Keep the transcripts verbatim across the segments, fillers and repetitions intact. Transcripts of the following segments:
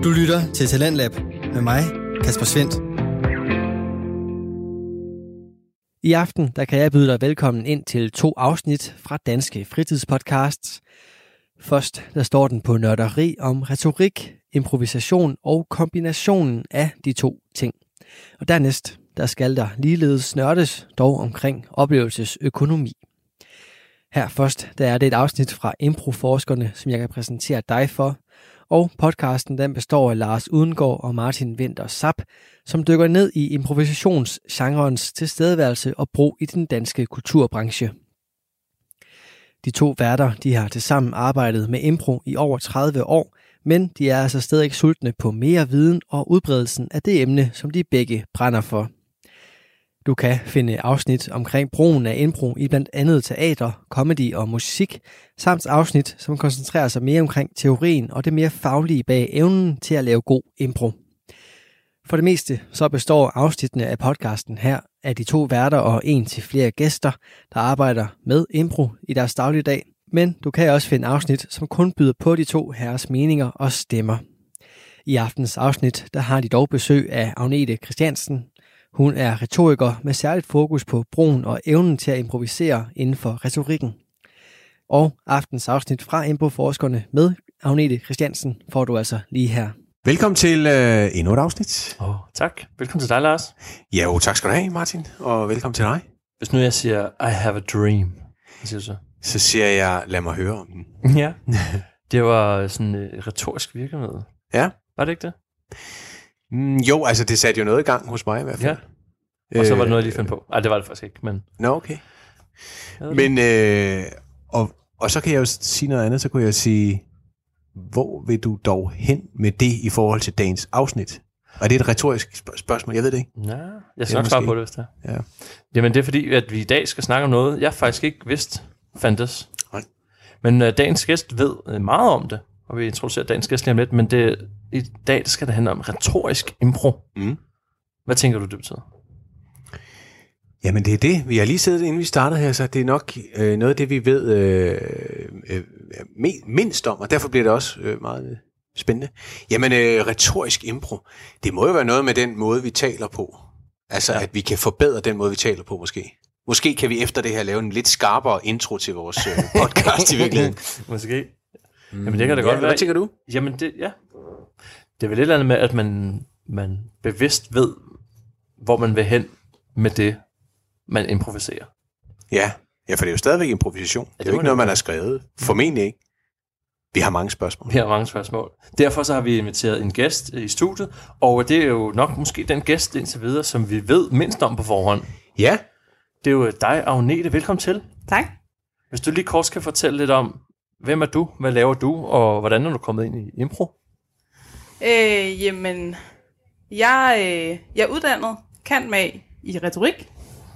Du lytter til Talentlab med mig, Kasper Svendt. I aften der kan jeg byde dig velkommen ind til to afsnit fra Danske Fritidspodcasts. Først der står den på nørderi om retorik, improvisation og kombinationen af de to ting. Og dernæst der skal der ligeledes nørdes, dog omkring oplevelsesøkonomi. Her først der er det et afsnit fra Improforskerne, som jeg kan præsentere dig for. Og podcasten den består af Lars Udengård og Martin Winther Zapp, som dykker ned i improvisationsgenrens tilstedeværelse og brug i den danske kulturbranche. De to værter de har tilsammen arbejdet med impro i over tredive år, men de er altså stadig sultne på mere viden og udbredelsen af det emne, som de begge brænder for. Du kan finde afsnit omkring brugen af impro i blandt andet teater, comedy og musik, samt afsnit, som koncentrerer sig mere omkring teorien og det mere faglige bag evnen til at lave god impro. For det meste så består afsnittene af podcasten her af de to værter og en til flere gæster, der arbejder med impro i deres dagligdag, men du kan også finde afsnit, som kun byder på de to herres meninger og stemmer. I aftens afsnit der har de dog besøg af Agnete Christiansen. Hun er retoriker med særligt fokus på brugen og evnen til at improvisere inden for retorikken. Og aftens afsnit fra Improforskerne med Agnete Christiansen får du altså lige her. Velkommen til øh, endnu et afsnit. Åh, oh, tak. Velkommen til dig, Lars. Ja, jo, tak skal du have, Martin. Og velkommen til dig. Hvis nu jeg siger, I have a dream, hvad siger du så? Så siger jeg, lad mig høre om den. Ja, det var sådan et retorisk virkemiddel. Ja. Var det ikke det? Mm, jo, altså det satte jo noget i gang hos mig i hvert fald. Ja. Og så var det noget, jeg lige fandt på. Ej, det var det faktisk ikke, men... Nå, okay. Men, øh, og, og så kan jeg jo sige noget andet, så kunne jeg sige, hvor vil du dog hen med det i forhold til dagens afsnit? Og det er et retorisk spørg- spørgsmål, jeg ved det ikke. Ja, jeg skal nok svare på det, hvis det er. Ja. Jamen det er fordi, at vi i dag skal snakke om noget, jeg faktisk ikke vidste fandtes. Nej. Men uh, dagens gæst ved uh, meget om det, og vi introducerer dagens gæst lige om lidt, men det, i dag det skal det handle om retorisk impro. Mm. Hvad tænker du, det betyder? Jamen det er det. Vi har lige siddet, inden vi startede her, så det er nok øh, noget af det, vi ved øh, øh, mindst om, og derfor bliver det også øh, meget spændende. Jamen øh, retorisk impro, det må jo være noget med den måde, vi taler på. Altså ja. At vi kan forbedre den måde, vi taler på måske. Måske kan vi efter det her lave en lidt skarpere intro til vores øh, podcast i virkeligheden. Måske. Mm. Jamen det kan da godt ja, være. Hvad tænker du? Jamen det, ja. Det er vel et eller andet med, at man, man bevidst ved, hvor man vil hen med det, man improviserer. Ja, ja, for det er jo stadigvæk improvisation. Ja, det er jo ikke noget, man har skrevet. Formentlig ikke. Vi har mange spørgsmål. Vi har mange spørgsmål. Derfor så har vi inviteret en gæst i studiet, og det er jo nok måske den gæst indtil videre, som vi ved mindst om på forhånd. Ja. Det er jo dig, Agnete. Velkommen til. Tak. Hvis du lige kort skal fortælle lidt om, hvem er du, hvad laver du, og hvordan er du kommet ind i impro? Øh, jamen, jeg, øh, jeg er uddannet cand.mag i retorik,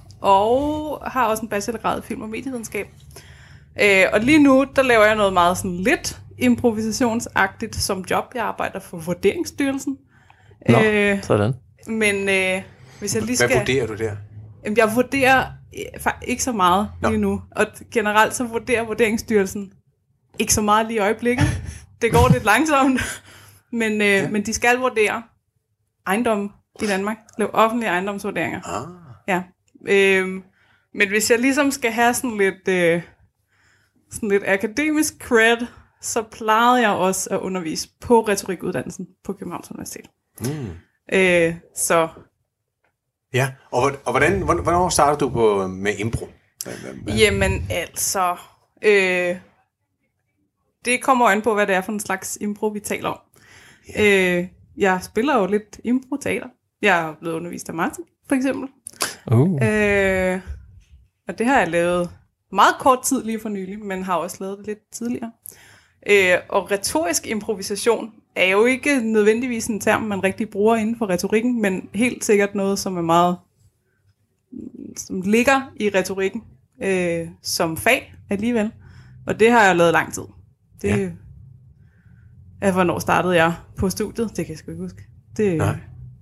og har også en bachelorgrad i film- og medievidenskab. Øh, og lige nu, der laver jeg noget meget sådan lidt improvisationsagtigt som job. Jeg arbejder for Vurderingsstyrelsen. Nå, øh, sådan. Men øh, hvis jeg lige skal... Hvad vurderer du der? Jamen, jeg vurderer øh, ikke så meget Nå. lige nu. Og generelt så vurderer Vurderingsstyrelsen ikke så meget lige i øjeblikket. Det går lidt langsomt. Men, øh, ja. men de skal vurdere ejendom i Danmark. Lave offentlige ejendomsvurderinger. Ah. Ja. Øhm, men hvis jeg ligesom skal have sådan lidt, øh, sådan lidt akademisk cred, så plejede jeg også at undervise på retorikuddannelsen på Københavns Universitet. Mm. Øh, så... Ja, og, og hvordan, hvornår starter du på med impro? Hvad, hvad? Jamen altså... Øh, det kommer øjen på, hvad det er for en slags impro, vi taler om. Yeah. Øh, jeg spiller jo lidt impro-teater. Jeg er blevet undervist af Martin, for eksempel. Uh. Øh, og det har jeg lavet meget kort tid lige for nylig, men har også lavet det lidt tidligere. Øh, og retorisk improvisation er jo ikke nødvendigvis en term, man rigtig bruger inden for retorikken, men helt sikkert noget, som er meget, som ligger i retorikken øh, som fag alligevel. Og det har jeg lavet lang tid. Det ja. er, hvornår startede jeg på studiet? Det kan jeg sgu ikke huske. Det, Nej.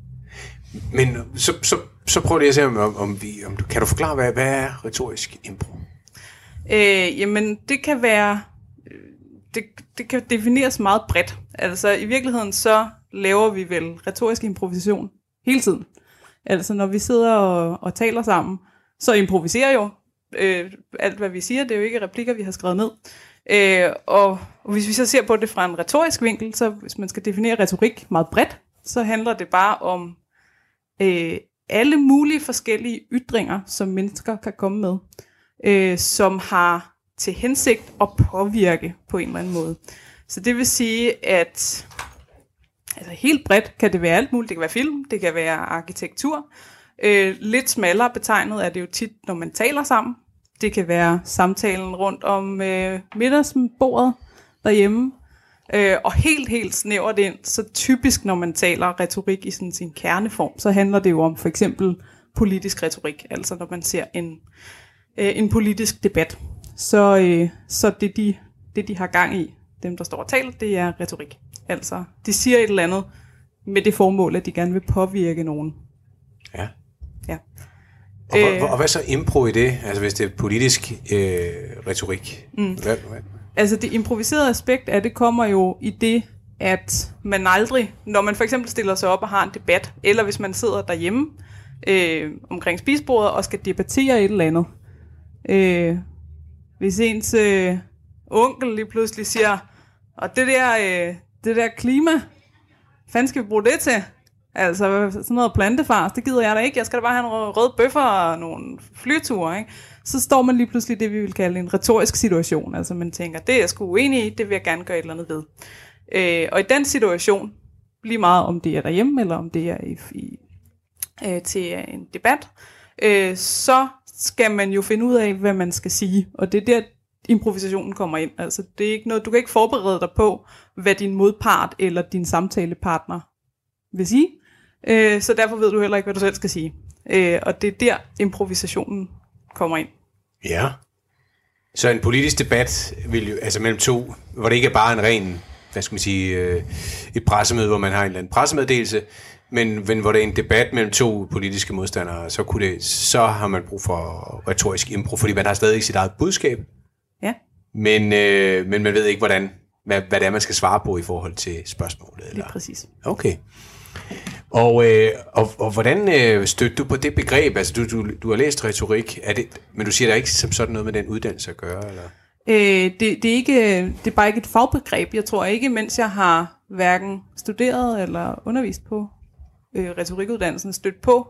Men så, så, så prøv lige at se, om, om, vi, om du, kan du forklare, hvad, hvad er retorisk impro? Øh, jamen, det kan være... Det, det kan defineres meget bredt. Altså, i virkeligheden så laver vi vel retorisk improvisation hele tiden. Altså når vi sidder og, og taler sammen, så improviserer jo øh, alt, hvad vi siger. Det er jo ikke replikker, vi har skrevet ned. Øh, og, og hvis vi så ser på det fra en retorisk vinkel, så hvis man skal definere retorik meget bredt, så handler det bare om øh, alle mulige forskellige ytringer, som mennesker kan komme med, øh, som har til hensigt at påvirke på en eller anden måde. Så det vil sige, at altså helt bredt kan det være alt muligt. Det kan være film, det kan være arkitektur. Øh, lidt smallere betegnet er det jo tit, når man taler sammen. Det kan være samtalen rundt om øh, middagsbordet derhjemme. Øh, og helt, helt snævert ind, så typisk, når man taler retorik i sådan sin kerneform, så handler det jo om for eksempel politisk retorik. Altså når man ser en, øh, en politisk debat. Så, øh, så det, de, det, de har gang i, dem der står og taler, det er retorik. Altså, de siger et eller andet med det formål, at de gerne vil påvirke nogen. Ja. Ja. Og, Øh, og, og hvad så impro i det? Altså hvis det er politisk øh, retorik? Mm. Hvad, hvad? Altså det improviserede aspekt af det kommer jo i det, at man aldrig, når man for eksempel stiller sig op og har en debat, eller hvis man sidder derhjemme øh, omkring spisebordet og skal debattere et eller andet. Øh, hvis ens øh, onkel lige pludselig siger, og det der, øh, det der klima, hvad fanden skal vi bruge det til? Altså sådan noget plantefars, det gider jeg da ikke. Jeg skal da bare have nogle røde bøffer og nogle flyture, ikke? Så står man lige pludselig i det, vi vil kalde en retorisk situation. Altså man tænker, det er jeg sgu uenig i, det vil jeg gerne gøre et eller andet ved. Øh, og i den situation, lige meget om det er derhjemme, eller om det er i, i, øh, til en debat, øh, så skal man jo finde ud af, hvad man skal sige. Og det er der, improvisationen kommer ind. Altså det er ikke noget, du kan ikke forberede dig på, hvad din modpart eller din samtalepartner vil sige. Øh, så derfor ved du heller ikke, hvad du selv skal sige. Øh, og det er der, improvisationen kommer ind. Ja. Så en politisk debat vil jo, altså mellem to, hvor det ikke er bare en ren, hvad skal man sige, øh, et pressemøde, hvor man har en eller anden pressemeddelelse, men, men hvor det er en debat mellem to politiske modstandere, så, kunne det, så har man brug for retorisk impro, fordi man har stadig sit eget budskab, Ja. men, øh, men man ved ikke, hvordan, hvad, hvad det er, man skal svare på i forhold til spørgsmålet. Eller? Lige præcis. Okay. Og, øh, og, og hvordan øh, støtter du på det begreb? Altså, du, du, du har læst retorik, er det, men du siger, der ikke som sådan noget med den uddannelse at gøre? Eller? Øh, det, det, er ikke, det er bare ikke et fagbegreb. Jeg tror ikke, mens jeg har hverken studeret eller undervist på øh, retorikuddannelsen, stødt på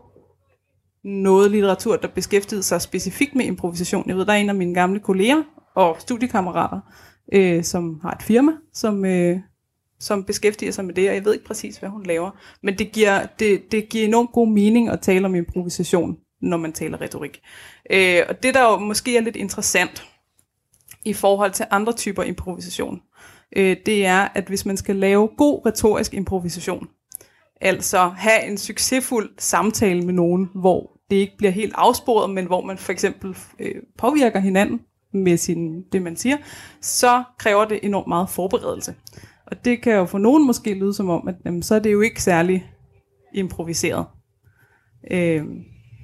noget litteratur, der beskæftigede sig specifikt med improvisation. Jeg ved, der er en af mine gamle kolleger og studiekammerater, øh, som har et firma, som... Øh, som beskæftiger sig med det, og jeg ved ikke præcis, hvad hun laver. Men det giver, det, det giver enormt god mening at tale om improvisation, når man taler retorik. Øh, og det, der jo måske er lidt interessant i forhold til andre typer improvisation, øh, det er, at hvis man skal lave god retorisk improvisation, altså have en succesfuld samtale med nogen, hvor det ikke bliver helt afsporet, men hvor man for eksempel øh, påvirker hinanden med sin, det, man siger, så kræver det enormt meget forberedelse. Og det kan jo for nogen måske lyde som om, at jamen, så er det jo ikke særlig improviseret. Øhm.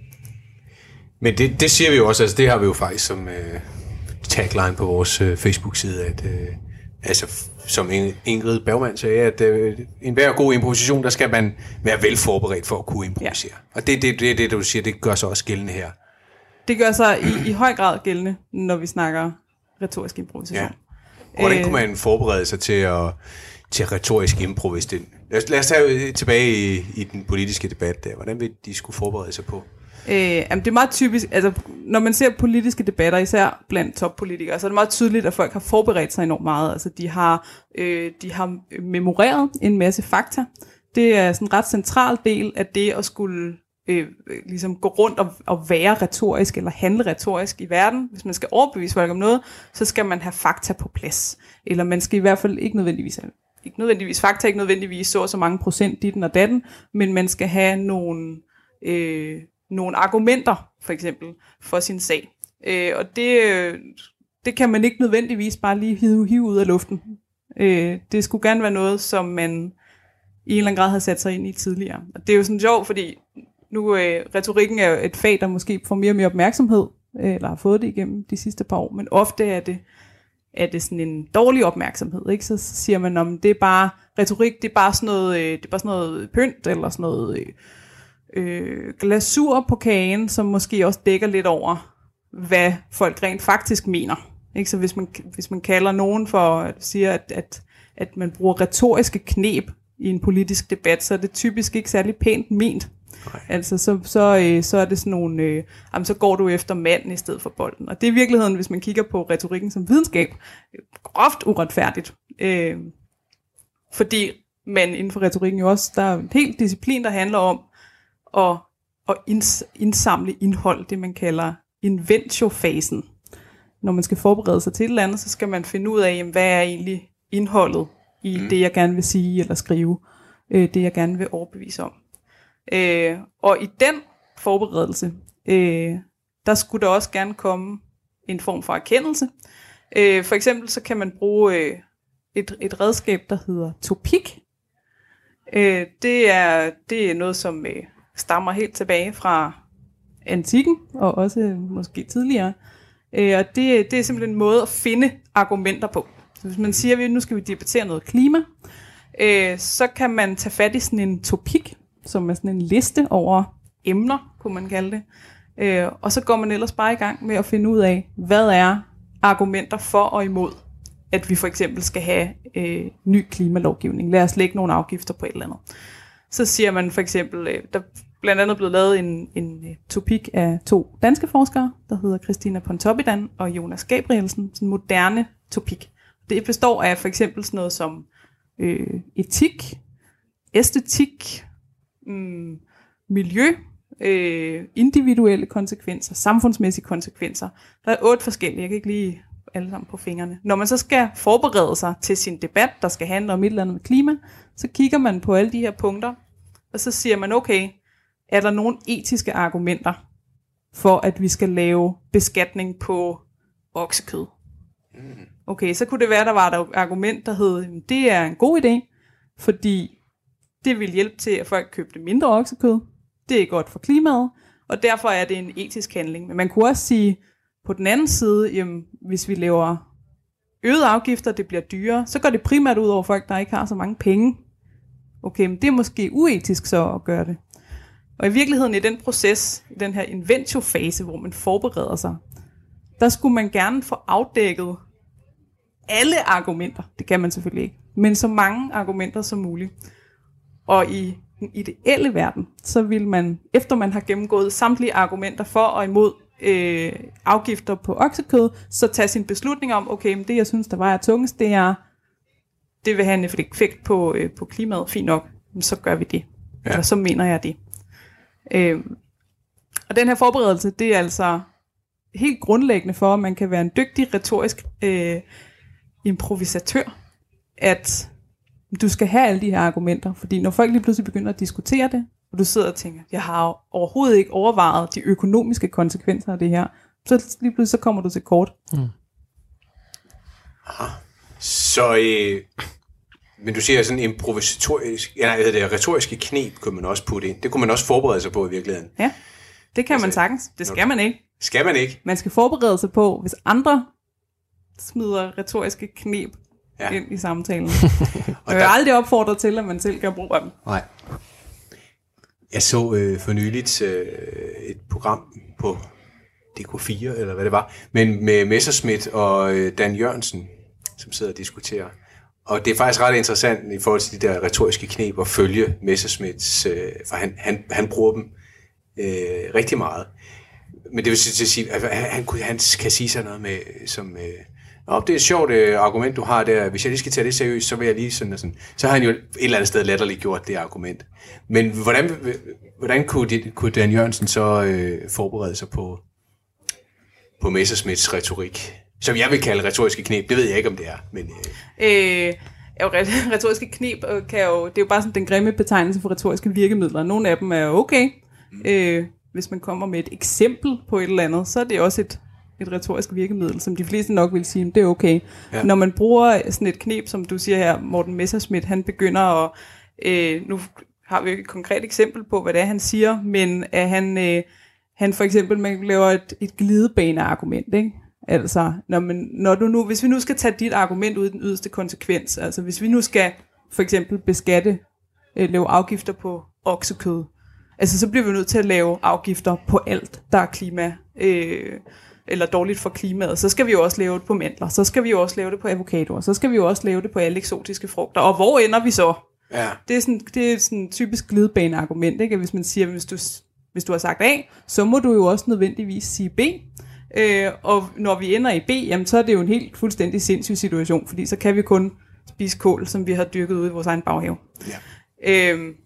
Men det, det siger vi jo også, altså det har vi jo faktisk som øh, tagline på vores øh, Facebook-side, at øh, altså som Ingrid Bergman sagde, at øh, en hver god improvisation, der skal man være velforberedt for at kunne improvisere. Ja. Og det er det, det, det, du siger, det gør sig også gældende her. Det gør sig i, i høj grad gældende, når vi snakker retorisk improvisation. Ja. Hvordan kunne man forberede sig til at til retorisk impro, hvis det... Lad os, lad os tage tilbage i, i den politiske debat der. Hvordan vil de skulle forberede sig på? Øh, jamen det er meget typisk, altså når man ser politiske debatter, især blandt toppolitikere, så er det meget tydeligt, at folk har forberedt sig enormt meget. Altså de har, øh, de har memoreret en masse fakta. Det er sådan en ret central del af det at skulle øh, ligesom gå rundt og, og være retorisk eller handle retorisk i verden. Hvis man skal overbevise folk om noget, så skal man have fakta på plads. Eller man skal i hvert fald ikke nødvendigvis have, ikke nødvendigvis fakta, ikke nødvendigvis så og så mange procent ditten og datten, men man skal have nogle, øh, nogle argumenter, for eksempel, for sin sag. Øh, og det, det kan man ikke nødvendigvis bare lige hive, hive ud af luften. Øh, det skulle gerne være noget, som man i en eller anden grad har sat sig ind i tidligere. Og det er jo sådan sjovt, fordi nu øh, retorikken er jo et fag, der måske får mere og mere opmærksomhed, eller har fået det igennem de sidste par år, men ofte er det er det sådan en dårlig opmærksomhed, ikke? Så siger man, om det er bare retorik, det er bare sådan noget, øh, det er bare sådan noget pynt, eller sådan noget øh, øh, glasur på kagen, som måske også dækker lidt over, hvad folk rent faktisk mener. Ikke? Så hvis man, hvis man kalder nogen for, at siger, at, at, at man bruger retoriske kneb i en politisk debat, så er det typisk ikke særlig pænt ment. Nej. Altså, så, så, øh, så er det sådan nogle, øh, jamen, så går du efter manden i stedet for bolden. Og det er i virkeligheden, hvis man kigger på retorikken som videnskab, groft uretfærdigt. Øh, fordi man inden for retorikken jo også, der er en hel disciplin, der handler om at, at inds, indsamle indhold, det man kalder inventio-fasen. Når man skal forberede sig til et eller andet, så skal man finde ud af, jamen, hvad er egentlig indholdet i mm. det, jeg gerne vil sige eller skrive, øh, det jeg gerne vil overbevise om. Øh, og i den forberedelse, øh, der skulle der også gerne komme en form for erkendelse. Øh, for eksempel så kan man bruge øh, et, et redskab, der hedder topik. Øh, det, er, det er noget, som øh, stammer helt tilbage fra antikken, og også måske tidligere. Øh, og det, det er simpelthen en måde at finde argumenter på. Så hvis man siger, at nu skal vi debattere noget klima, øh, så kan man tage fat i sådan en topik, som er sådan en liste over emner, kunne man kalde det. Øh, og så går man ellers bare i gang med at finde ud af, hvad er argumenter for og imod, at vi for eksempel skal have øh, ny klimalovgivning. Lad os lægge nogle afgifter på et eller andet. Så siger man for eksempel, øh, der blandt andet blevet lavet en, en øh, topik af to danske forskere, der hedder Christina Pontoppidan og Jonas Gabrielsen, sådan en moderne topik. Det består af for eksempel sådan noget som øh, etik, æstetik, mm, miljø, øh, individuelle konsekvenser, samfundsmæssige konsekvenser. Der er otte forskellige, jeg kan ikke lige alle sammen på fingrene. Når man så skal forberede sig til sin debat, der skal handle om et eller andet med klima, så kigger man på alle de her punkter, og så siger man, okay, er der nogle etiske argumenter for, at vi skal lave beskatning på oksekød? Okay, så kunne det være, der var et argument, der hed, det er en god idé, fordi det vil hjælpe til, at folk købte mindre oksekød. Det er godt for klimaet, og derfor er det en etisk handling. Men man kunne også sige, på den anden side, jamen, hvis vi laver øgede afgifter, det bliver dyrere, så går det primært ud over folk, der ikke har så mange penge. Okay, men det er måske uetisk så at gøre det. Og i virkeligheden i den proces, i den her inventio-fase, hvor man forbereder sig, der skulle man gerne få afdækket alle argumenter. Det kan man selvfølgelig ikke, men så mange argumenter som muligt. Og i den ideelle verden, så vil man, efter man har gennemgået samtlige argumenter for og imod øh, afgifter på oksekød, så tage sin beslutning om, okay, men det jeg synes, der vejer tungest, det er, det vil have en effekt på, øh, på klimaet, fint nok, så gør vi det. Ja. Eller så mener jeg det. Øh, og den her forberedelse, det er altså helt grundlæggende for, at man kan være en dygtig retorisk øh, improvisatør, at du skal have alle de her argumenter, fordi når folk lige pludselig begynder at diskutere det, og du sidder og tænker, jeg har overhovedet ikke overvejet de økonomiske konsekvenser af det her, så lige pludselig så kommer du til kort. Mm. Aha. Så, øh, men du siger sådan improvisatorisk, ja, nej, det retoriske knep kunne man også putte ind. Det kunne man også forberede sig på i virkeligheden. Ja, det kan altså, man sagtens. Det skal man ikke. Skal man ikke? Man skal forberede sig på, hvis andre smider retoriske knep ja. ind i samtalen. Og jeg vil aldrig opfordre til, at man selv kan bruge dem. Nej. Jeg så øh, for nyligt øh, et program på D K fire, eller hvad det var, men med Messerschmidt og øh, Dan Jørgensen, som sidder og diskuterer. Og det er faktisk ret interessant i forhold til de der retoriske knep at følge Messerschmidts, øh, for han, han, han bruger dem øh, rigtig meget. Men det vil sige, at han, han, han kan sige sådan noget med, som... Øh, Nå, det er et sjovt øh, argument, du har der. Hvis jeg lige skal tage det seriøst, så vil jeg lige sådan og sådan. Så har han jo et eller andet sted latterligt gjort det argument. Men hvordan, hvordan kunne, de, kunne Dan Jørgensen så øh, forberede sig på, på Messerschmidts retorik? Som jeg vil kalde retoriske knep. Det ved jeg ikke, om det er. Men, øh. Øh, jo, retoriske knep kan jo... Det er jo bare sådan den grimme betegnelse for retoriske virkemidler. Nogle af dem er okay. Mm. Øh, hvis man kommer med et eksempel på et eller andet, så er det også et... et retorisk virkemiddel, som de fleste nok vil sige, det er okay. Ja. Når man bruger sådan et knep, som du siger her, Morten Messerschmidt, han begynder at, øh, nu har vi jo et konkret eksempel på, hvad det er, han siger, men at han, øh, han for eksempel man laver et, et glidebaneargument, ikke? Altså, når, man, når du nu, hvis vi nu skal tage dit argument ud i den yderste konsekvens, altså hvis vi nu skal for eksempel beskatte, øh, lave afgifter på oksekød, altså så bliver vi nødt til at lave afgifter på alt, der er klima, øh, eller dårligt for klimaet. Så skal vi jo også lave det på mandler, så skal vi jo også lave det på avocadoer, så skal vi jo også lave det på alle eksotiske frugter. Og hvor ender vi så? Ja. Det er sådan, det er sådan typisk glidebane-argument, ikke? Hvis man siger, hvis du, hvis du har sagt A, så må du jo også nødvendigvis sige B. Øh, og når vi ender i B, jamen, så er det jo en helt fuldstændig sindssyg situation, fordi så kan vi kun spise kål, som vi har dyrket ude i vores egen baghave. Ja. Øh,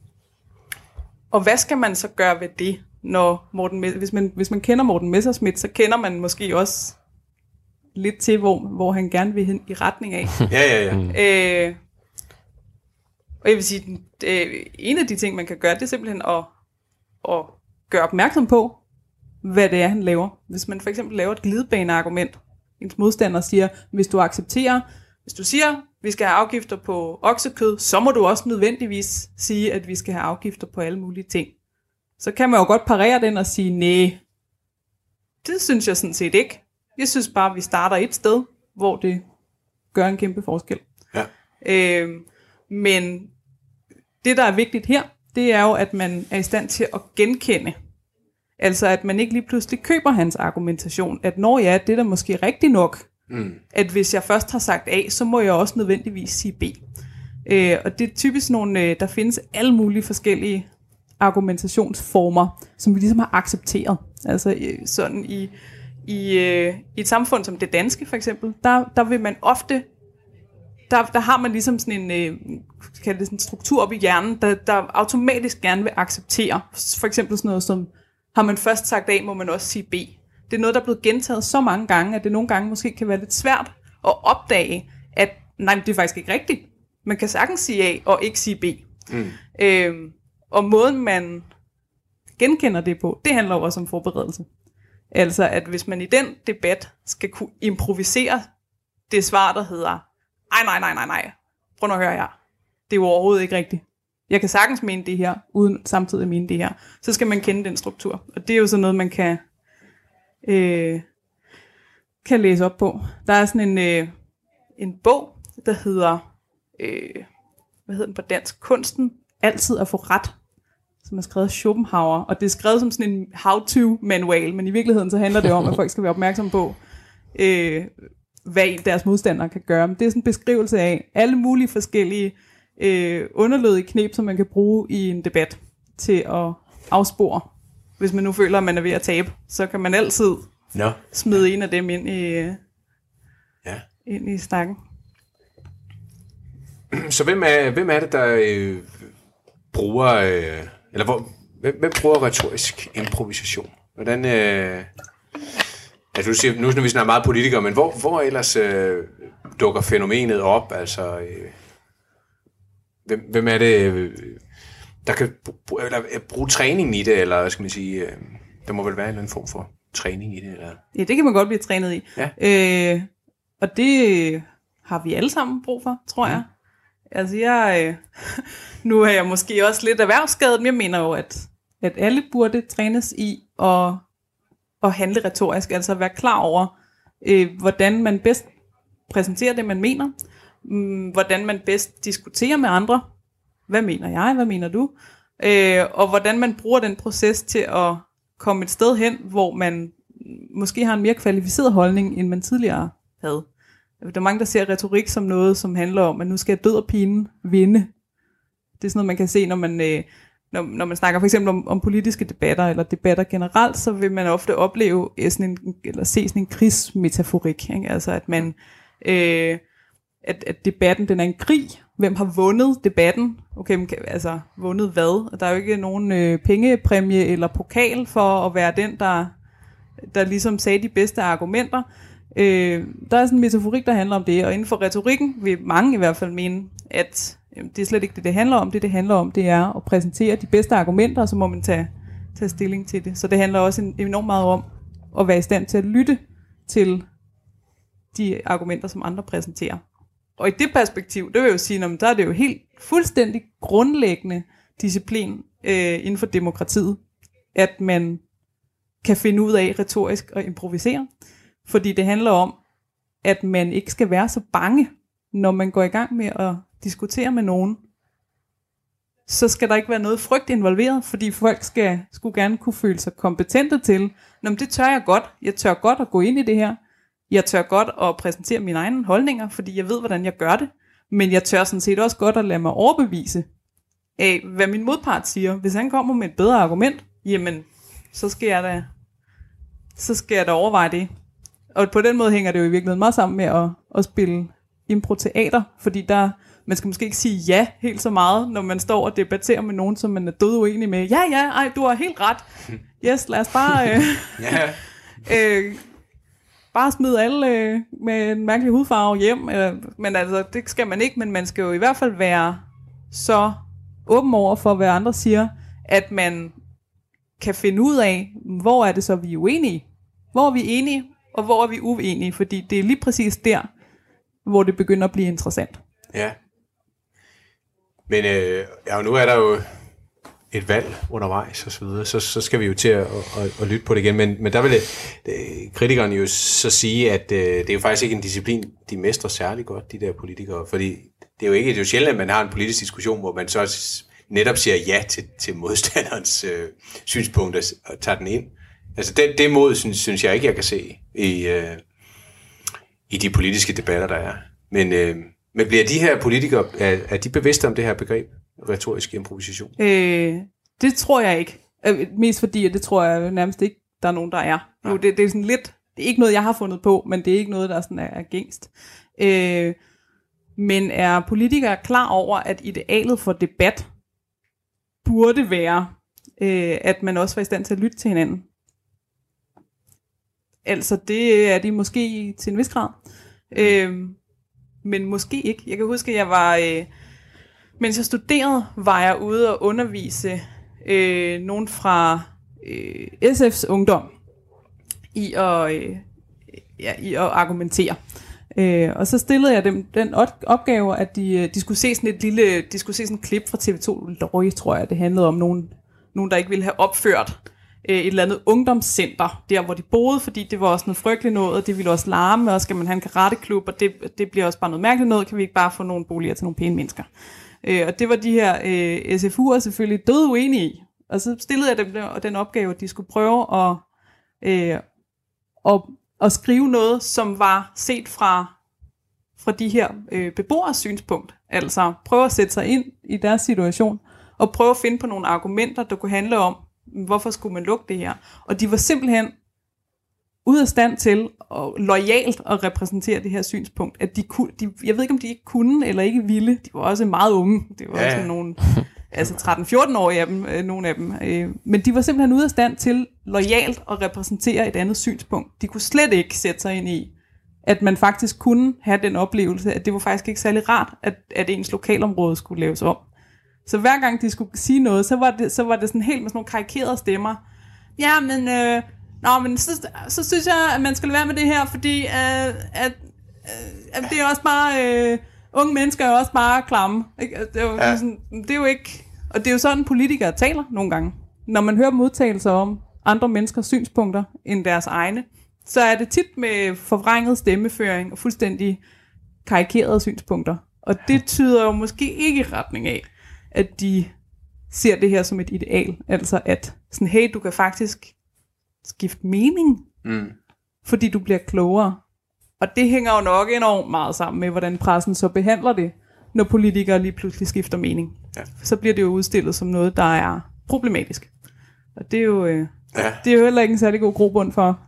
og hvad skal man så gøre ved det? Når Morten, hvis, man, hvis man kender Morten Messerschmidt, så kender man måske også lidt til, hvor, hvor han gerne vil hen i retning af. Ja, ja, ja. Øh, og jeg vil sige, øh, en af de ting, man kan gøre, det er simpelthen at, at gøre opmærksom på, hvad det er, han laver. Hvis man for eksempel laver et glidebaneargument, ens modstander siger, hvis du accepterer, hvis du siger, vi skal have afgifter på oksekød, så må du også nødvendigvis sige, at vi skal have afgifter på alle mulige ting. Så kan man jo godt parere den og sige, nej, det synes jeg sådan set ikke. Jeg synes bare, at vi starter et sted, hvor det gør en kæmpe forskel. Ja. Øh, men det, der er vigtigt her, det er jo, at man er i stand til at genkende. Altså, at man ikke lige pludselig køber hans argumentation. At når ja, det er da måske rigtigt nok, mm. at hvis jeg først har sagt A, så må jeg også nødvendigvis sige B. Øh, og det er typisk nogle, øh, der findes alle mulige forskellige argumentationsformer, som vi ligesom har accepteret. Altså øh, sådan i, i, øh, i et samfund som det danske for eksempel, der, der vil man ofte, der, der har man ligesom sådan en, øh, kalde det sådan en struktur op i hjernen, der, der automatisk gerne vil acceptere. For eksempel sådan noget som, har man først sagt A, må man også sige B. Det er noget, der er blevet gentaget så mange gange, at det nogle gange måske kan være lidt svært at opdage, at nej, det er faktisk ikke rigtigt. Man kan sagtens sige A og ikke sige B. Mm. Øhm, og måden man genkender det på, det handler også om forberedelse. Altså at hvis man i den debat skal kunne improvisere det svar, der hedder, ej nej nej nej nej, prøv nu at høre her, det er jo overhovedet ikke rigtigt. Jeg kan sagtens mene det her, uden samtidig at mene det her. Så skal man kende den struktur. Og det er jo sådan noget, man kan, øh, kan læse op på. Der er sådan en, øh, en bog, der hedder, øh, hvad hedder den på dansk? Kunsten altid at få ret, som er skrevet af Schopenhauer. Og det er skrevet som sådan en how-to-manual, men i virkeligheden så handler det om, at folk skal være opmærksomme på, øh, hvad deres modstandere kan gøre. Men det er sådan en beskrivelse af alle mulige forskellige øh, underlødige knep, som man kan bruge i en debat til at afspore. Hvis man nu føler, at man er ved at tabe, så kan man altid no. smide en af dem ind i, øh, ja. ind i stakken. Så hvem er, hvem er det, der øh, bruger, øh, eller hvor, hvem, hvem bruger retorisk improvisation? Hvordan, øh, altså du siger, nu når vi snakker meget politikere, men hvor, hvor ellers øh, dukker fænomenet op? Altså, øh, hvem, hvem er det, øh, der kan bruge, eller, bruge træning i det, eller skal man sige, øh, der må vel være en eller anden form for træning i det? Eller? Ja, det kan man godt blive trænet i. Ja. Øh, og det har vi alle sammen brug for, tror jeg. Mm. Altså jeg, øh, nu er jeg måske også lidt erhvervsskadet, men jeg mener jo, at, at alle burde trænes i at, at handle retorisk, altså at være klar over, øh, hvordan man bedst præsenterer det, man mener, øh, hvordan man bedst diskuterer med andre, hvad mener jeg, hvad mener du, øh, og hvordan man bruger den proces til at komme et sted hen, hvor man måske har en mere kvalificeret holdning, end man tidligere havde. Der er mange, der ser retorik som noget, som handler om, at nu skal død og pine vinde. Det er sådan noget, man kan se, når man, øh, når, når man snakker for eksempel om, om politiske debatter, eller debatter generelt, så vil man ofte opleve sådan en, eller se sådan en krigsmetaforik. Ikke? Altså at man, øh, at, at debatten, den er en krig. Hvem har vundet debatten? Okay, altså vundet hvad? Og der er jo ikke nogen øh, pengepræmie eller pokal for at være den, der, der ligesom sagde de bedste argumenter. Øh, der er sådan en metaforik, der handler om det, og inden for retorikken vil mange i hvert fald mene, at jamen, det er slet ikke det, det handler om. Det, det handler om, det er at præsentere de bedste argumenter, og så må man tage, tage stilling til det. Så det handler også enormt meget om at være i stand til at lytte til de argumenter, som andre præsenterer. Og i det perspektiv, det vil jeg jo sige, at der er det jo helt fuldstændig grundlæggende disciplin øh, inden for demokratiet, at man kan finde ud af retorisk at improvisere. Fordi det handler om, at man ikke skal være så bange, når man går i gang med at diskutere med nogen. Så skal der ikke være noget frygt involveret, fordi folk skal, skulle gerne kunne føle sig kompetente til, nå, men det tør jeg godt. Jeg tør godt at gå ind i det her. Jeg tør godt at præsentere mine egne holdninger, fordi jeg ved, hvordan jeg gør det. Men jeg tør sådan set også godt at lade mig overbevise af, hvad min modpart siger. Hvis han kommer med et bedre argument, jamen, så skal jeg da, så skal jeg da overveje det. Og på den måde hænger det jo i virkeligheden meget sammen med at, at spille impro-teater, fordi der, man skal måske ikke sige ja helt så meget, når man står og debatterer med nogen, som man er død uenig med. Ja, ja, ej, du har helt ret. Yes, lad os bare... Øh, øh, bare smide alle øh, med en mærkelig hudfarve hjem. Øh, men altså, det skal man ikke, men man skal jo i hvert fald være så åben over for, hvad andre siger, at man kan finde ud af, hvor er det så, vi er uenige. Hvor er vi enige, og hvor er vi uenige, fordi det er lige præcis der, hvor det begynder at blive interessant. Ja. Men øh, ja, nu er der jo et valg undervejs og så videre, så, så skal vi jo til at, at, at, at lytte på det igen. Men, men der vil det, det, kritikerne jo så sige, at øh, det er jo faktisk ikke en disciplin, de mestrer særlig godt, de der politikere. Fordi det er jo ikke, det er jo sjældent, at man har en politisk diskussion, hvor man så netop siger ja til, til modstanderens øh, synspunkter og tager den ind. Altså det, det mod, synes, synes jeg ikke, jeg kan se i, øh, i de politiske debatter, der er. Men, øh, men bliver de her politikere, er, er de bevidste om det her begreb, retorisk improvisation? Øh, det tror jeg ikke. Øh, mest fordi, at det tror jeg nærmest ikke, der er nogen, der er. Nu, det, det er sådan lidt, det er ikke noget, jeg har fundet på, men det er ikke noget, der sådan er, er gængst. Øh, men er politikere klar over, at idealet for debat burde være, øh, at man også var i stand til at lytte til hinanden? Altså, det er de måske til en vis grad. Øh, men måske ikke. Jeg kan huske, at jeg var... Øh, mens jeg studerede, var jeg ude og undervise øh, nogen fra øh, S F's ungdom i at, øh, ja, i at argumentere. Øh, og så stillede jeg dem den opgave, at de, de skulle se sådan et lille, de skulle se sådan et klip fra T V to Løje, tror jeg, det handlede om nogen, nogen der ikke ville have opført øh, et eller andet ungdomscenter, der hvor de boede, fordi det var også noget frygteligt noget, og det ville også larme, og skal man have en karateklub, og det, det bliver også bare noget mærkeligt noget, kan vi ikke bare få nogle boliger til nogle pæne mennesker. Øh, og det var de her øh, S F U'er selvfølgelig død uenige i, og så stillede jeg dem den, den opgave, at de skulle prøve at, øh, at, at skrive noget, som var set fra fra de her øh, beboers synspunkt. Altså prøve at sætte sig ind i deres situation, og prøve at finde på nogle argumenter, der kunne handle om, hvorfor skulle man lukke det her. Og de var simpelthen ude af stand til og loyalt at repræsentere det her synspunkt. At de kunne, de, jeg ved ikke, om de ikke kunne eller ikke ville. De var også meget unge. Det var ja. også nogle altså tretten fjorten år af dem, øh, nogle af dem. Øh, men de var simpelthen ude af stand til loyalt at repræsentere et andet synspunkt. De kunne slet ikke sætte sig ind i, at man faktisk kunne have den oplevelse, at det var faktisk ikke særlig rart, at, at ens lokalområde skulle laves om. Så hver gang de skulle sige noget, så var det, så var det sådan helt med sådan nogle karikerede stemmer. Ja, men, øh, nå, men så, så synes jeg, at man skal lade være med det her, fordi øh, at, øh, at det er også bare, øh, unge mennesker er også bare klamme. Ikke? Det, er jo, ja. sådan, det er jo ikke, og det er jo sådan, politikere taler nogle gange. Når man hører modtagelser om andre menneskers synspunkter end deres egne, så er det tit med forvrænget stemmeføring og fuldstændig karikerede synspunkter. Og det tyder jo måske ikke i retning af, at de ser det her som et ideal. Altså at sådan, hey, du kan faktisk skifte mening, mm. fordi du bliver klogere. Og det hænger jo nok enormt meget sammen med, hvordan pressen så behandler det, når politikere lige pludselig skifter mening. Ja. Så bliver det jo udstillet som noget, der er problematisk. Og det er jo, øh, ja. det er jo heller ikke en særlig god grobund for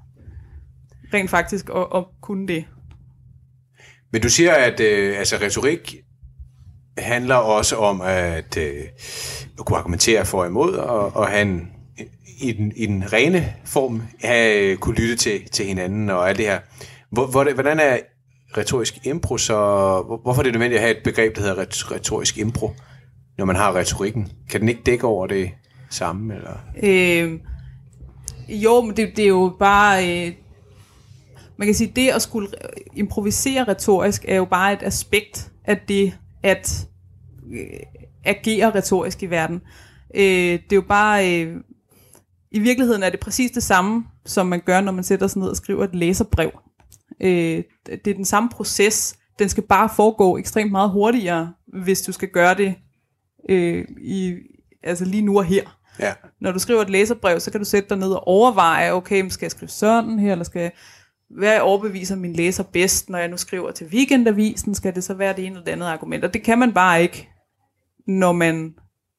rent faktisk at, at kunne det. Men du siger, at øh, altså, retorik handler også om at, øh, at kunne argumentere for og imod, og, og have en, i, den, i den rene form have, kunne lytte til, til hinanden og alt det her. Hvor, hvor det, hvordan er retorisk impro så? Hvor, hvorfor er det nødvendigt at have et begreb, der hedder retorisk impro, når man har retorikken? Kan den ikke dække over det samme? Eller? Øh, jo, men det, det er jo bare... Øh, man kan sige, det at skulle improvisere retorisk er jo bare et aspekt af det at øh, agere retorisk i verden. Øh, det er jo bare... Øh, I virkeligheden er det præcis det samme, som man gør, når man sætter sig ned og skriver et læserbrev. Øh, det er den samme proces. Den skal bare foregå ekstremt meget hurtigere, hvis du skal gøre det øh, i, altså lige nu og her. Ja. Når du skriver et læserbrev, så kan du sætte dig ned og overveje, okay, skal jeg skrive sådan her, eller skal jeg, hvad overbeviser min læser bedst, når jeg nu skriver til Weekendavisen, skal det så være det ene eller det andet argument? Og det kan man bare ikke, når man,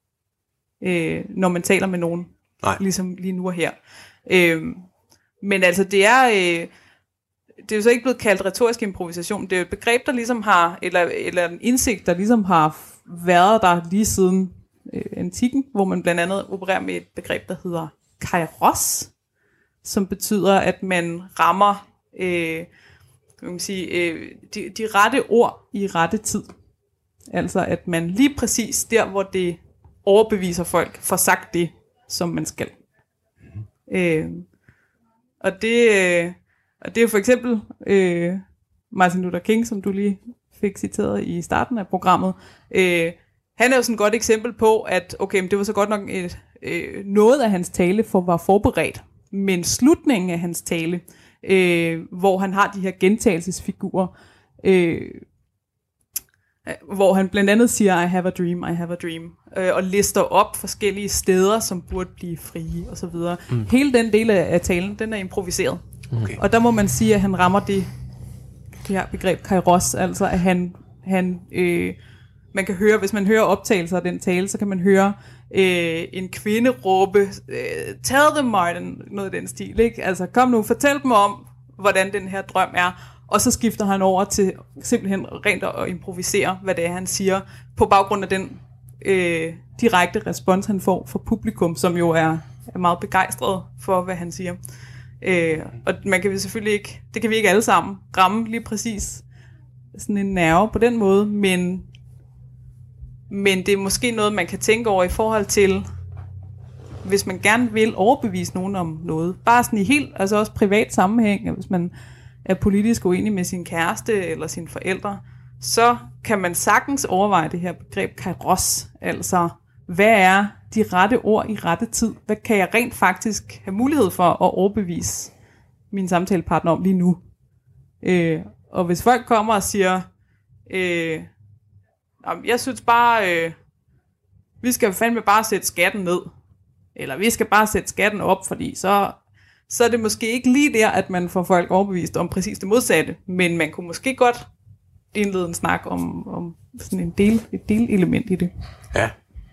øh, når man taler med nogen, Nej. ligesom lige nu og her. Øh, men altså, det er... Øh, det er jo så ikke blevet kaldt retorisk improvisation. Det er jo et begreb, der ligesom har, eller, eller en indsigt, der ligesom har været der lige siden øh, antikken, hvor man blandt andet opererer med et begreb, der hedder kairos, som betyder, at man rammer øh, kan man sige, øh, de, de rette ord i rette tid. Altså, at man lige præcis der, hvor det overbeviser folk, får sagt det, som man skal. Mm. Øh, og det... Øh, Og det er jo for eksempel øh, Martin Luther King, som du lige fik citeret i starten af programmet. Øh, han er jo sådan et godt eksempel på, at okay, men det var så godt nok et, øh, noget af hans tale for, var forberedt. Men slutningen af hans tale, øh, hvor han har de her gentagelsesfigurer, øh, hvor han blandt andet siger, I have a dream, I have a dream, øh, og lister op forskellige steder, som burde blive frie, og så videre. Mm. Hele den del af talen, den er improviseret. Okay. Og der må man sige, at han rammer det, det her begreb kairos, altså at han, han øh, man kan høre, hvis man hører optagelser af den tale, så kan man høre øh, en kvinde råbe, øh, tell them Martin, noget af den stil, ikke? Altså kom nu, fortæl dem om, hvordan den her drøm er, og så skifter han over til simpelthen rent at improvisere, hvad det er, han siger, på baggrund af den øh, direkte respons, han får fra publikum, som jo er, er meget begejstret for, hvad han siger. Øh, og man kan vi selvfølgelig ikke, det kan vi ikke alle sammen ramme lige præcis sådan en nerve på den måde, men, men det er måske noget, man kan tænke over i forhold til, hvis man gerne vil overbevise nogen om noget, bare sådan i helt, altså også privat sammenhæng, hvis man er politisk uenig med sin kæreste eller sine forældre, så kan man sagtens overveje det her begreb kairos, altså hvad er de rette ord i rette tid? Hvad kan jeg rent faktisk have mulighed for at overbevise min samtalepartner om lige nu? Øh, og hvis folk kommer og siger, øh, jeg synes bare, øh, vi skal fandme bare sætte skatten ned, eller vi skal bare sætte skatten op, fordi så, så er det måske ikke lige der, at man får folk overbevist om præcis det modsatte, men man kunne måske godt indlede en snak om, om sådan en del, et delelement i det. Ja.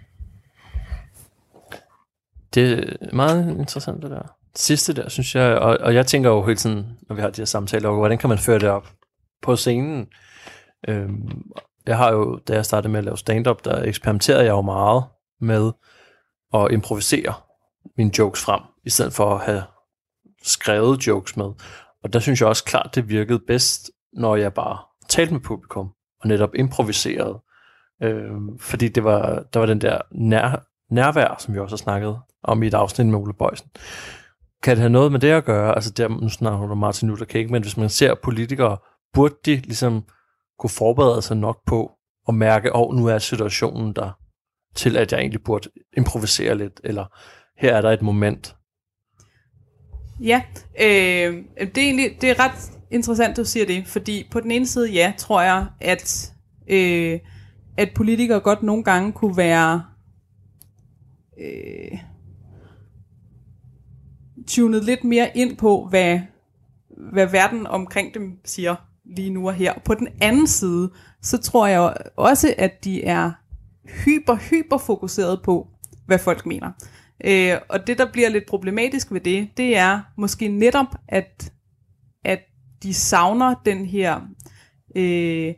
Det er meget interessant det der. Det sidste der, synes jeg, og, og jeg tænker jo hele tiden, når vi har de her samtaler, hvordan kan man føre det op på scenen? Øhm, jeg har jo, da jeg startede med at lave stand-up, der eksperimenterede jeg jo meget med at improvisere mine jokes frem, i stedet for at have skrevet jokes med. Og der synes jeg også klart, det virkede bedst, når jeg bare talte med publikum, og netop improviserede. Øhm, fordi det var, der var den der nær, nærvær, som vi også har snakket om i et afsnit med Ole Boysen. Kan det have noget med det at gøre? Altså der, nu snakker du om Martin Luther King, men hvis man ser politikere, burde de ligesom kunne forberede sig nok på at mærke, at oh, nu er situationen der, til at jeg egentlig burde improvisere lidt, eller her er der et moment. Ja, øh, det, er egentlig, det er ret interessant, du siger det, fordi på den ene side, ja, tror jeg, at, øh, at politikere godt nogle gange kunne være øh, tunet lidt mere ind på, hvad, hvad verden omkring dem siger lige nu og her. På den anden side, så tror jeg også, at de er hyper, hyper fokuseret på, hvad folk mener. Øh, og det, der bliver lidt problematisk ved det, det er måske netop, at, at de savner den her... Øh,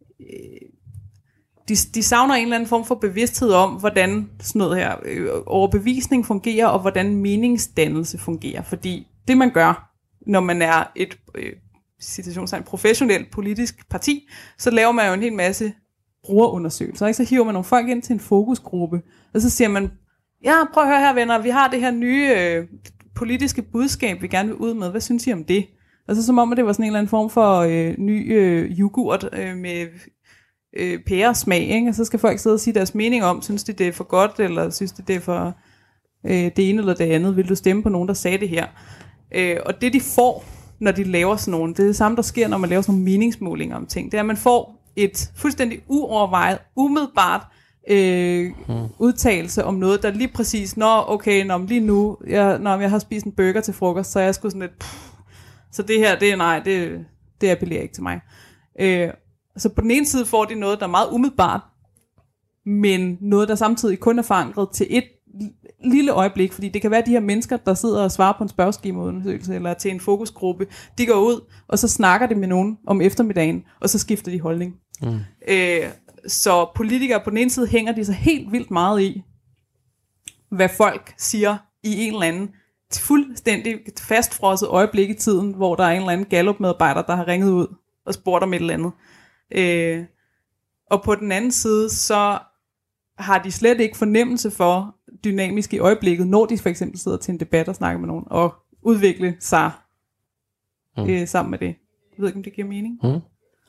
de, de savner en eller anden form for bevidsthed om, hvordan sådan noget her øh, overbevisning fungerer, og hvordan meningsdannelse fungerer. Fordi det, man gør, når man er et øh, citationstegn, professionelt politisk parti, så laver man jo en hel masse brugerundersøgelser. Ikke? Så hiver man nogle folk ind til en fokusgruppe, og så siger man, ja, prøv at høre her, venner, vi har det her nye øh, politiske budskab, vi gerne vil ud med. Hvad synes I om det? Og så som om, at det var sådan en eller anden form for øh, ny øh, yoghurt øh, med øh, pæresmag, ikke? Og så skal folk sidde og sige deres mening om, synes de, det er for godt, eller synes de, det er for øh, det ene eller det andet. Vil du stemme på nogen, der sagde det her? Øh, og det, de får, når de laver sådan nogle. Det er det samme, der sker, når man laver sådan nogle meningsmålinger om ting. Det er, at man får et fuldstændig uovervejet, umiddelbart øh, hmm. udtalelse om noget, der lige præcis, nå, okay, når lige nu, jeg, når jeg har spist en burger til frokost, så er jeg sgu sådan lidt, pff, så det her, det er nej, det, det appellerer ikke til mig. Øh, så på den ene side får de noget, der er meget umiddelbart, men noget, der samtidig kun er forankret til et lille øjeblik, fordi det kan være de her mennesker, der sidder og svarer på en spørgeskemaundersøgelse eller til en fokusgruppe, de går ud, og så snakker de med nogen om eftermiddagen, og så skifter de holdning. Mm. Øh, så politikere på den ene side hænger de så helt vildt meget i, hvad folk siger i en eller anden fuldstændig fastfrosset øjeblik i tiden, hvor der er en eller anden Gallup-medarbejder, der har ringet ud og spurgt om et eller andet. Øh, og på den anden side, så har de slet ikke fornemmelse for dynamisk i øjeblikket, når de for eksempel sidder til en debat og snakker med nogen, og udvikle sig mm. øh, sammen med det. Jeg ved ikke, om det giver mening. Mm.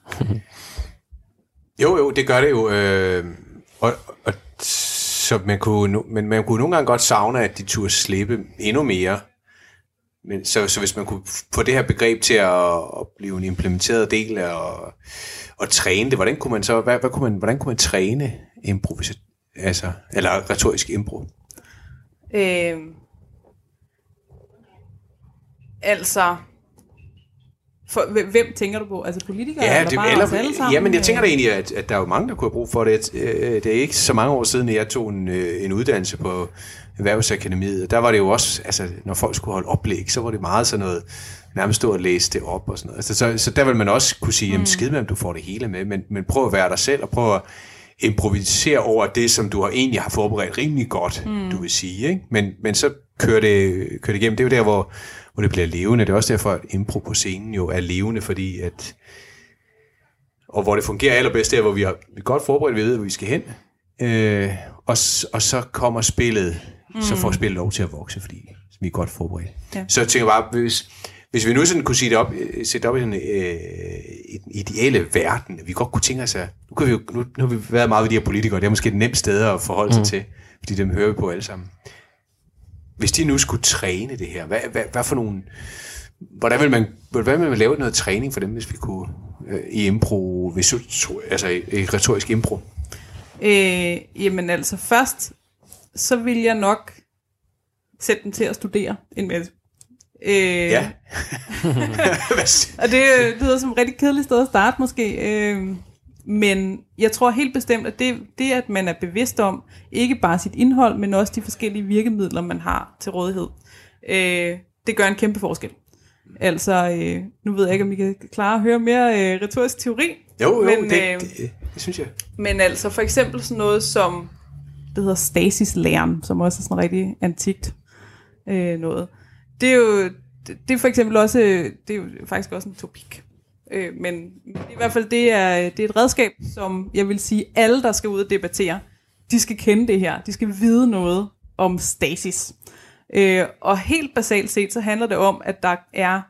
jo, jo, det gør det jo. Øh, og, og, så man kunne, men man kunne nogle gange godt savne, at de turde slippe endnu mere. Men, så, så hvis man kunne få det her begreb til at, at blive en implementeret del af at, at træne det, hvordan kunne man så, hvad, hvad kunne man, hvordan kunne man træne improvisation? Altså, eller retorisk impro? Øh, altså, for, hvem tænker du på? Altså politikere, ja, eller det, bare eller, os alle sammen? Jamen, jeg tænker da egentlig, at, at der er jo mange, der kunne have brug for det. Det er ikke så mange år siden, at jeg tog en, en uddannelse på Erhvervsakademiet. Der var det jo også, altså, når folk skulle holde oplæg, så var det meget sådan noget, nærmest stå og læse det op og sådan noget. Altså, så, så der vil man også kunne sige, jamen skid med, om du får det hele med, men, men prøv at være dig selv, og prøv at improvisere over det, som du har egentlig har forberedt rimelig godt, mm. du vil sige, ikke? Men, men så kører det, kører det igennem. Det er jo der, hvor, hvor det bliver levende. Det er også derfor, at impro på scenen jo er levende, fordi at, og hvor det fungerer allerbedst, der hvor vi har godt forberedt, vi ved, hvor vi skal hen, øh, og, og så kommer spillet, mm. så får spillet lov til at vokse, fordi vi er godt forberedt. Ja. Så jeg tænker bare, hvis, hvis vi nu sådan kunne sige det op, sætte det op i den, øh, i den ideelle verden, vi godt kunne tænke os, at nu, vi jo, nu, nu har vi været meget ved de her politikere, det er måske et nemt sted at forholde sig mm. til, fordi dem hører vi på alle sammen. Hvis de nu skulle træne det her, hvad, hvad, hvad for nogle, hvordan vil man, hvordan vil man lave noget træning for dem, hvis vi kunne øh, i impro, hvis, altså i, i retorisk impro? Øh, jamen altså først, så vil jeg nok sætte dem til at studere en masse. Øh, ja. og det, det lyder som et rigtig kedeligt sted at starte måske. Øh, men jeg tror helt bestemt, at det, det, at man er bevidst om, ikke bare sit indhold, men også de forskellige virkemidler, man har til rådighed, øh, det gør en kæmpe forskel. Altså, øh, nu ved jeg ikke, om I kan klare at høre mere øh, retorisk teori. Jo, jo, men, det, øh, det, det, det synes jeg. Men altså, for eksempel sådan noget som, det hedder stasis-læren, som også er sådan rigtig antikt øh, noget. Det er jo, det er for eksempel også, det er jo faktisk også en topik. Øh, men, men i hvert fald, det er, det er et redskab, som jeg vil sige, alle, der skal ud og debattere, de skal kende det her. De skal vide noget om stasis. Øh, og helt basalt set, så handler det om, at der er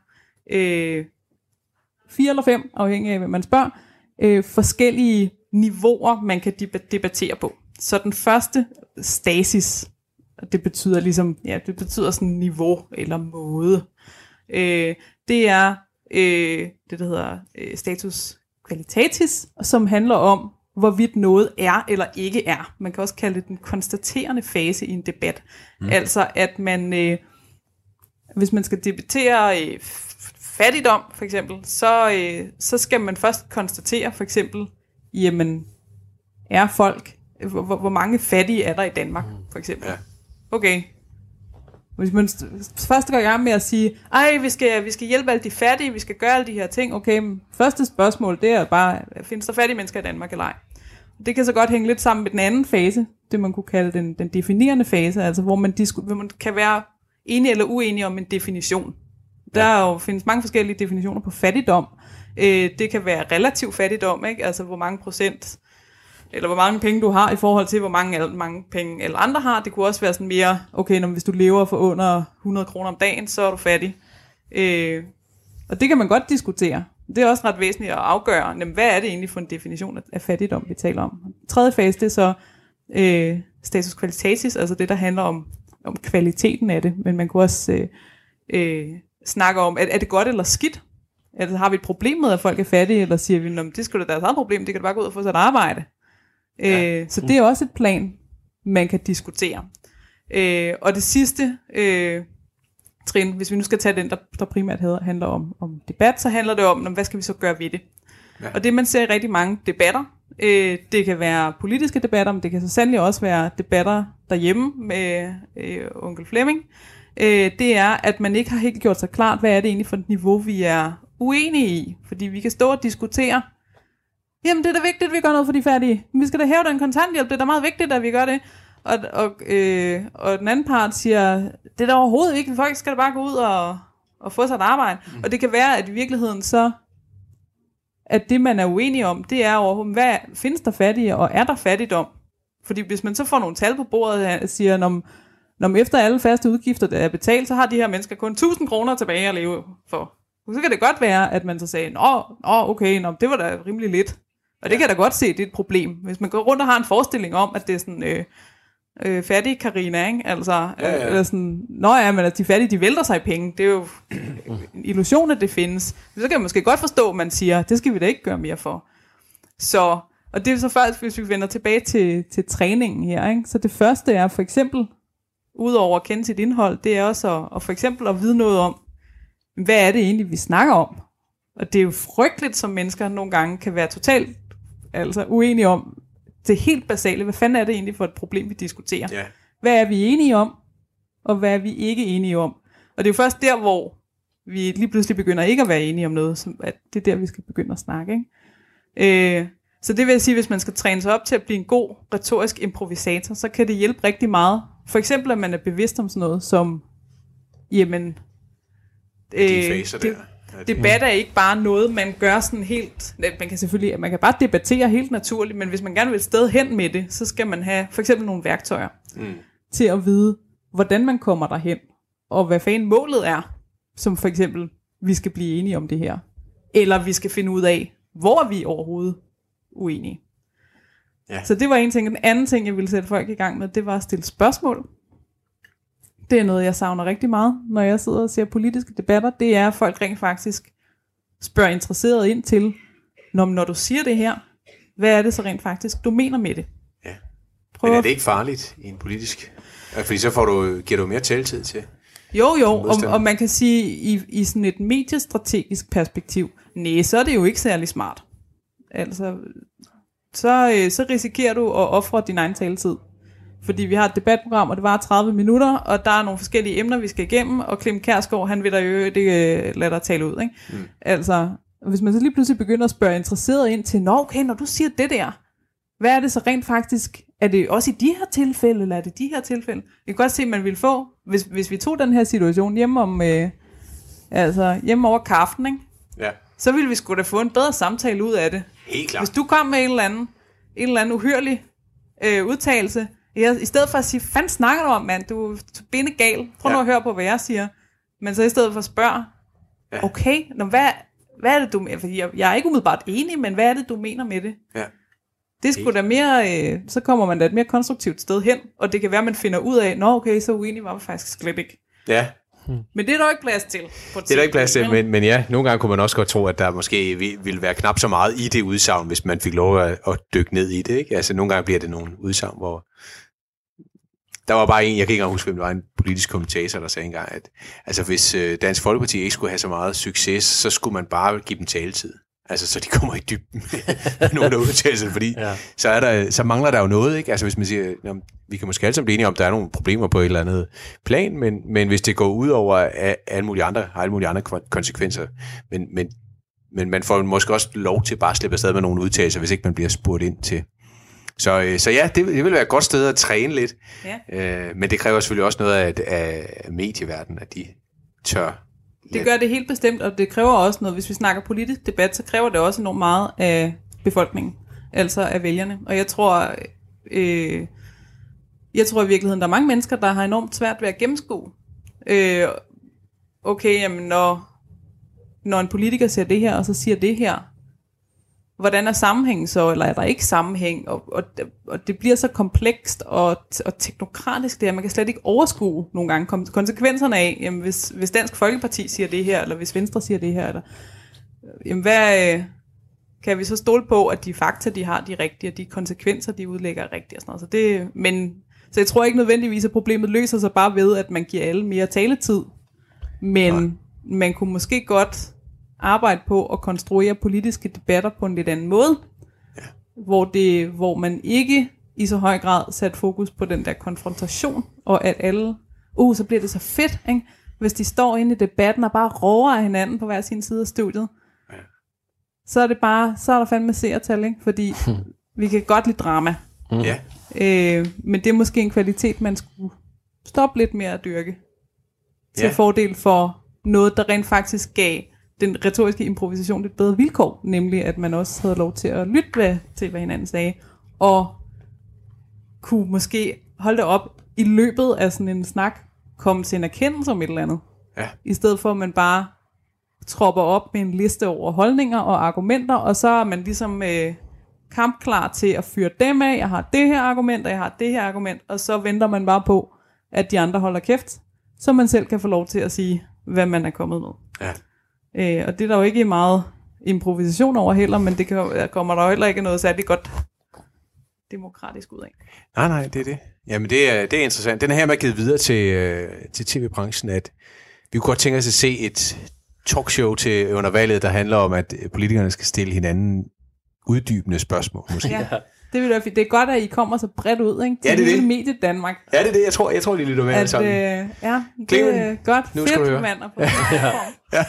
øh, fire eller fem, afhængig af, hvad man spørger, øh, forskellige niveauer, man kan debattere på. Så den første, stasis, det betyder ligesom, ja, det betyder sådan niveau eller måde. Øh, det er øh, det, der hedder øh, status qualitatis, som handler om, hvorvidt noget er eller ikke er. Man kan også kalde det den konstaterende fase i en debat. Mm. Altså at man, øh, hvis man skal debattere øh, fattigdom for eksempel, så, øh, så skal man først konstatere for eksempel, jamen, er folk, hvor, hvor mange fattige er der i Danmark for eksempel. Ja. Okay. Hvis man først går i gang med at sige, ej, vi skal, vi skal hjælpe alle de fattige, vi skal gøre alle de her ting, okay, men første spørgsmål, det er bare, findes der fattige mennesker i Danmark eller ej? Det kan så godt hænge lidt sammen med den anden fase, det man kunne kalde den, den definerende fase, altså hvor man, disku, hvor man kan være enig eller uenig om en definition. Der ja. er jo, findes mange forskellige definitioner på fattigdom. Øh, det kan være relativ fattigdom, ikke? Altså hvor mange procent, eller hvor mange penge du har i forhold til, hvor mange, mange penge eller andre har. Det kunne også være sådan mere, okay, når, hvis du lever for under hundrede kroner om dagen, så er du fattig. Øh, og det kan man godt diskutere. Det er også ret væsentligt at afgøre, jamen, hvad er det egentlig for en definition af fattigdom, vi taler om. Tredje fase, det er så øh, status qualitatis, altså det, der handler om, om kvaliteten af det. Men man kunne også øh, øh, snakker om, er, er det godt eller skidt? Altså, har vi et problem med, at folk er fattige, eller siger vi, det skal da deres eget problem, det kan da bare gå ud og få sig et arbejde. Ja. Øh, så det er også et plan, man kan diskutere. Øh, og det sidste øh, trin, hvis vi nu skal tage den, der, der primært handler om, om debat, så handler det om, hvad skal vi så gøre ved det? Ja. Og det man ser i rigtig mange debatter, øh, det kan være politiske debatter, men det kan så sandelig også være debatter derhjemme med øh, onkel Flemming, øh, det er, at man ikke har helt gjort sig klart, hvad er det egentlig for et niveau, vi er uenige i. Fordi vi kan stå og diskutere, jamen det er da vigtigt, at vi gør noget for de fattige. Vi skal da hæve den kontanthjælp, det er da meget vigtigt, at vi gør det. Og, og, øh, og den anden part siger, det er da overhovedet ikke, folk skal da bare gå ud og, og få sig et arbejde. Mm. Og det kan være, at i virkeligheden så, at det man er uenig om, det er overhovedet, hvad findes der fattige, og er der fattigdom? Fordi hvis man så får nogle tal på bordet, og siger, når, når efter alle faste udgifter der er betalt, så har de her mennesker kun tusind kroner tilbage at leve for. Så kan det godt være, at man så sagde, nå, nå okay, nå, det var da rimelig lidt. Og det kan jeg da godt se, det er et problem. Hvis man går rundt og har en forestilling om, at det er sådan øh, øh, fattige Carina, ikke? Altså, ja, ja. Eller sådan, nå ja, men at de fattige, de vælter sig i penge. Det er jo en illusion, at det findes. Så kan jeg måske godt forstå, at man siger, det skal vi da ikke gøre mere for. Så, og det er så først, hvis vi vender tilbage til, til træningen her, ikke? Så det første er for eksempel, udover at kende sit indhold, det er også at, at for eksempel at vide noget om, hvad er det egentlig, vi snakker om? Og det er jo frygteligt, som mennesker nogle gange kan være totalt altså uenige om det helt basale. Hvad fanden er det egentlig for et problem, vi diskuterer? Yeah. Hvad er vi enige om, og hvad er vi ikke enige om? Og det er jo først der, hvor vi lige pludselig begynder ikke at være enige om noget, som at det er der, vi skal begynde at snakke. Ikke? Øh, så det vil jeg sige, hvis man skal træne sig op til at blive en god retorisk improvisator, så kan det hjælpe rigtig meget. For eksempel, at man er bevidst om sådan noget som, jamen, de faser der. Det, debat er ikke bare noget, man gør sådan helt, man kan selvfølgelig, man kan bare debattere helt naturligt, men hvis man gerne vil et sted hen med det, så skal man have for eksempel nogle værktøjer mm. til at vide, hvordan man kommer derhen, og hvad fanden målet er, som for eksempel, vi skal blive enige om det her, eller vi skal finde ud af, hvor er vi overhovedet uenige. Ja. Så det var en ting. Den anden ting, jeg ville sætte folk i gang med, det var at stille spørgsmål. Det er noget, jeg savner rigtig meget, når jeg sidder og ser politiske debatter. Det er, at folk rent faktisk spørger interesseret ind til, når, når du siger det her, hvad er det så rent faktisk, du mener med det? Ja. Men er det ikke farligt i en politisk? Fordi så får du, giver du mere taletid til. Jo, jo, og, og man kan sige, i, i sådan et mediestrategisk perspektiv, nej, så er det jo ikke særlig smart. Altså, så, øh, så risikerer du at ofre din egen taletid. Fordi vi har et debatprogram, og det varer tredive minutter, og der er nogle forskellige emner, vi skal igennem, og Clem Kjærsgaard, han vil da jo det øh, lade dig tale ud, ikke? Mm. Altså, hvis man så lige pludselig begynder at spørge interesseret ind til, nå okay, når du siger det der, hvad er det så rent faktisk, er det også i de her tilfælde, eller er det de her tilfælde? Jeg kan godt se, at man ville få, hvis, hvis vi tog den her situation hjemme om, øh, altså hjemme over kaffen, ikke? Ja. Så ville vi sgu da få en bedre samtale ud af det. Helt klart. Hvis du kom med en eller anden, en eller anden uhyrlig øh, udtalelse, i stedet for at sige, fanden snakker du om, mand, du er bindegal, prøv nu ja. at høre på, hvad jeg siger. Men så i stedet for at spørge, ja. okay, nå, hvad, hvad er det du mener? Fordi jeg, jeg er ikke umiddelbart enig, men hvad er det, du mener med det? Ja. Det skulle da mere, øh, så kommer man da et mere konstruktivt sted hen, og det kan være, at man finder ud af, nå okay, så uenig var vi faktisk slet ikke. Ja. Hmm. Men det er der ikke plads til. Det er der ikke plads til, men, men ja, nogle gange kunne man også godt tro, at der måske ville være knap så meget i det udsagn, hvis man fik lov at, at dykke ned i det. Ikke? Altså nogle gange bliver det nogle udsagn, hvor der var bare en, jeg kan ikke engang huske, hvem det var, en politisk kommentator, der sagde engang, at altså, hvis øh, Dansk Folkeparti ikke skulle have så meget succes, så skulle man bare give dem taletid. Altså, så de kommer i dybden med nogle der udtalelser, fordi ja. så, er der, så mangler der jo noget, ikke? Altså, hvis man siger, jamen, vi kan måske alle sammen blive enige om, der er nogle problemer på et eller andet plan, men, men hvis det går ud over alle mulige andre, har alle mulige andre konsekvenser, men, men, men man får måske også lov til bare at slippe afsted med nogle udtalelser, hvis ikke man bliver spurgt ind til. Så, så ja, det, det vil være et godt sted at træne lidt, ja. øh, men det kræver selvfølgelig også noget af, af medieverdenen, at de tør. Det gør det helt bestemt, og det kræver også noget, hvis vi snakker politisk debat, så kræver det også enormt meget af befolkningen, altså af vælgerne. Og jeg tror, øh, jeg tror i virkeligheden, der er mange mennesker, der har enormt svært ved at gennemskue. Øh, okay, jamen når, når en politiker siger det her, og så siger det her, hvordan er sammenhængen så, eller er der ikke sammenhæng, og, og, og det bliver så komplekst og, og teknokratisk det her, man kan slet ikke overskue nogle gange konsekvenserne af, jamen hvis, hvis Dansk Folkeparti siger det her, eller hvis Venstre siger det her, eller, jamen hvad, kan vi så stole på, at de fakta, de har, de er rigtige, og de konsekvenser, de udlægger, er rigtige og sådan noget. Så det, men, så jeg tror ikke nødvendigvis, at problemet løser sig bare ved, at man giver alle mere taletid, men Nej. man kunne måske godt arbejde på at konstruere politiske debatter på en lidt anden måde, ja. hvor, det, hvor man ikke i så høj grad sat fokus på den der konfrontation, og at alle, uh, så bliver det så fedt, ikke? Hvis de står inde i debatten og bare råber af hinanden på hver sin side af studiet, ja. så er det bare, så er der fandme seertal, ikke? Fordi hmm. vi kan godt lide drama. Mm. Ja. Øh, men det er måske en kvalitet, man skulle stoppe lidt mere at dyrke, til ja. fordel for noget, der rent faktisk gav den retoriske improvisation lidt bedre vilkår, nemlig at man også havde lov til at lytte hvad, til, hvad hinanden sagde, og kunne måske holde det op i løbet af sådan en snak, komme til en erkendelse om et eller andet. Ja. I stedet for, at man bare tropper op med en liste over holdninger og argumenter, og så er man ligesom øh, kampklar til at fyre dem af. Jeg har det her argument, og jeg har det her argument, og så venter man bare på, at de andre holder kæft, så man selv kan få lov til at sige, hvad man er kommet med. Ja. Øh, og det er der jo ikke meget improvisation over heller, men det kan, kommer der jo heller ikke noget særligt godt demokratisk ud af. Nej, nej, det er det. Jamen, det er, det er interessant. Den her med at give videre til, øh, til tv-branchen, at vi kunne godt tænke os at se et talkshow til under valget, der handler om, at politikerne skal stille hinanden uddybende spørgsmål, måske. Ja, det vil være fint. Det er godt, at I kommer så bredt ud, ikke? Til ja, det er hele det. Mediet Danmark. Ja, det er det. Jeg tror, jeg tror de lytter med alle sammen. Øh, ja, det er godt. Nu fedt mand på ja. ja.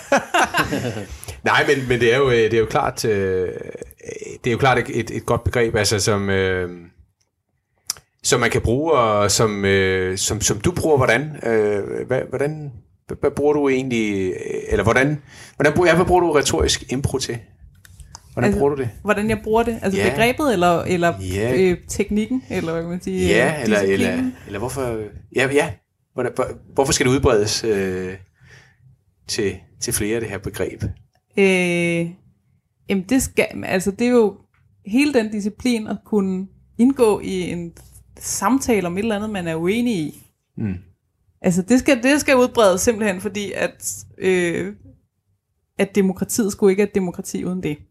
Nej, men, men det er jo det er jo klart øh, det er jo klart et, et, et godt begreb, altså som øh, som man kan bruge, og som øh, som som du bruger. Hvordan øh, hvad, hvordan hvad bruger du egentlig, eller hvordan hvordan bruger, ja, hvad bruger du retorisk impro til? Hvordan altså, bruger du det? Hvordan jeg bruger det? Altså yeah. begrebet, eller, eller yeah. øh, teknikken, eller hvad kan man sige? Ja, yeah, eller, eller, eller hvorfor, ja, ja. Hvordan, hvorfor skal det udbredes øh, til, til flere af det her begreb? Øh, jamen det skal, altså det er jo hele den disciplin at kunne indgå i en samtale om et eller andet, man er uenig i. Mm. Altså det skal, det skal udbredes simpelthen, fordi at, øh, at demokratiet skulle ikke have demokrati uden det.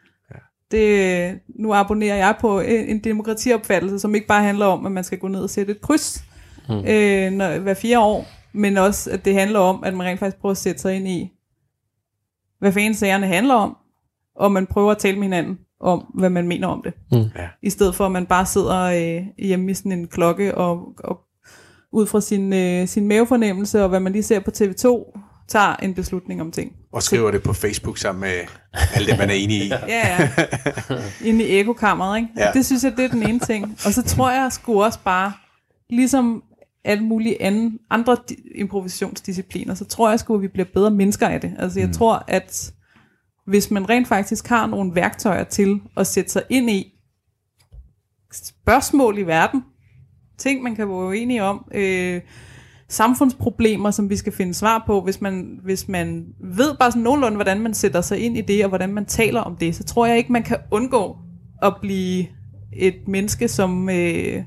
Det, nu abonnerer jeg på en, en demokratiopfattelse, som ikke bare handler om, at man skal gå ned og sætte et kryds mm. øh, når, hver fire år, men også, at det handler om, at man rent faktisk prøver at sætte sig ind i, hvad fanden sagerne handler om, og man prøver at tale med hinanden om, hvad man mener om det. Mm. Ja. I stedet for, at man bare sidder øh, hjemme i sådan en klokke, og, og ud fra sin, øh, sin mavefornemmelse, og hvad man lige ser på T V to, tager en beslutning om ting. Og skriver det på Facebook sammen med alt det, man er enig i. ja, ja. Inde i ekokammeret, ikke? Ja. Det synes jeg, det er den ene ting. Og så tror jeg sgu også bare, ligesom alle mulige anden, andre improvisationsdiscipliner, så tror jeg sgu, at vi bliver bedre mennesker af det. Altså jeg mm. tror, at hvis man rent faktisk har nogle værktøjer til at sætte sig ind i spørgsmål i verden, ting man kan være uenige om, øh, samfundsproblemer, som vi skal finde svar på, hvis man, hvis man ved bare sådan nogenlunde, hvordan man sætter sig ind i det, og hvordan man taler om det, så tror jeg ikke, man kan undgå at blive et menneske, som, øh,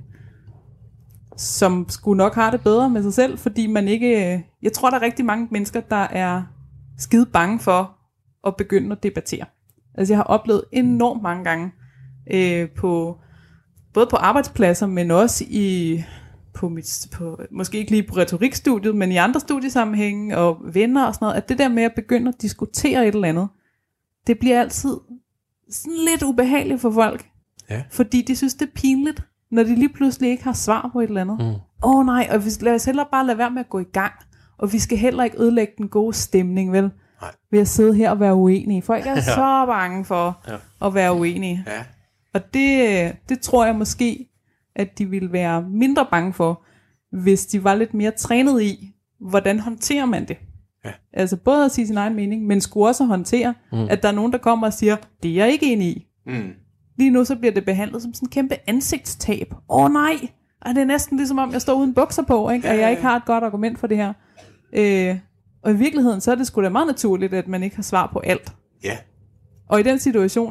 som skulle nok have det bedre med sig selv, fordi man ikke, øh, jeg tror, der er rigtig mange mennesker, der er skide bange for at begynde at debattere. Altså jeg har oplevet enormt mange gange, øh, på, både på arbejdspladser, men også i på mit, på, måske ikke lige på retorikstudiet, men i andre studiesammenhænge og venner og sådan noget, at det der med at begynde at diskutere et eller andet, det bliver altid sådan lidt ubehageligt for folk. Ja. Fordi de synes, det er pinligt, når de lige pludselig ikke har svar på et eller andet. Åh mm. oh, nej, og vi, lad os heller bare lade være med at gå i gang. Og vi skal heller ikke ødelægge den gode stemning, vel? Nej. Ved at sidde her og være uenige. Folk er ja. så bange for ja. at være uenige. Ja. Og det, det tror jeg måske, at de ville være mindre bange for, hvis de var lidt mere trænet i, hvordan håndterer man det. Ja. Altså både at sige sin egen mening, men skulle også håndtere, mm. at der er nogen, der kommer og siger, det er jeg ikke enig i. Mm. Lige nu så bliver det behandlet som sådan en kæmpe ansigtstab. Åh oh, nej, og det er næsten ligesom om, jeg står uden bukser på, ikke? Og jeg ikke har et godt argument for det her. Øh, og i virkeligheden, så er det sgu da meget naturligt, at man ikke har svar på alt. Ja. Og i den situation, så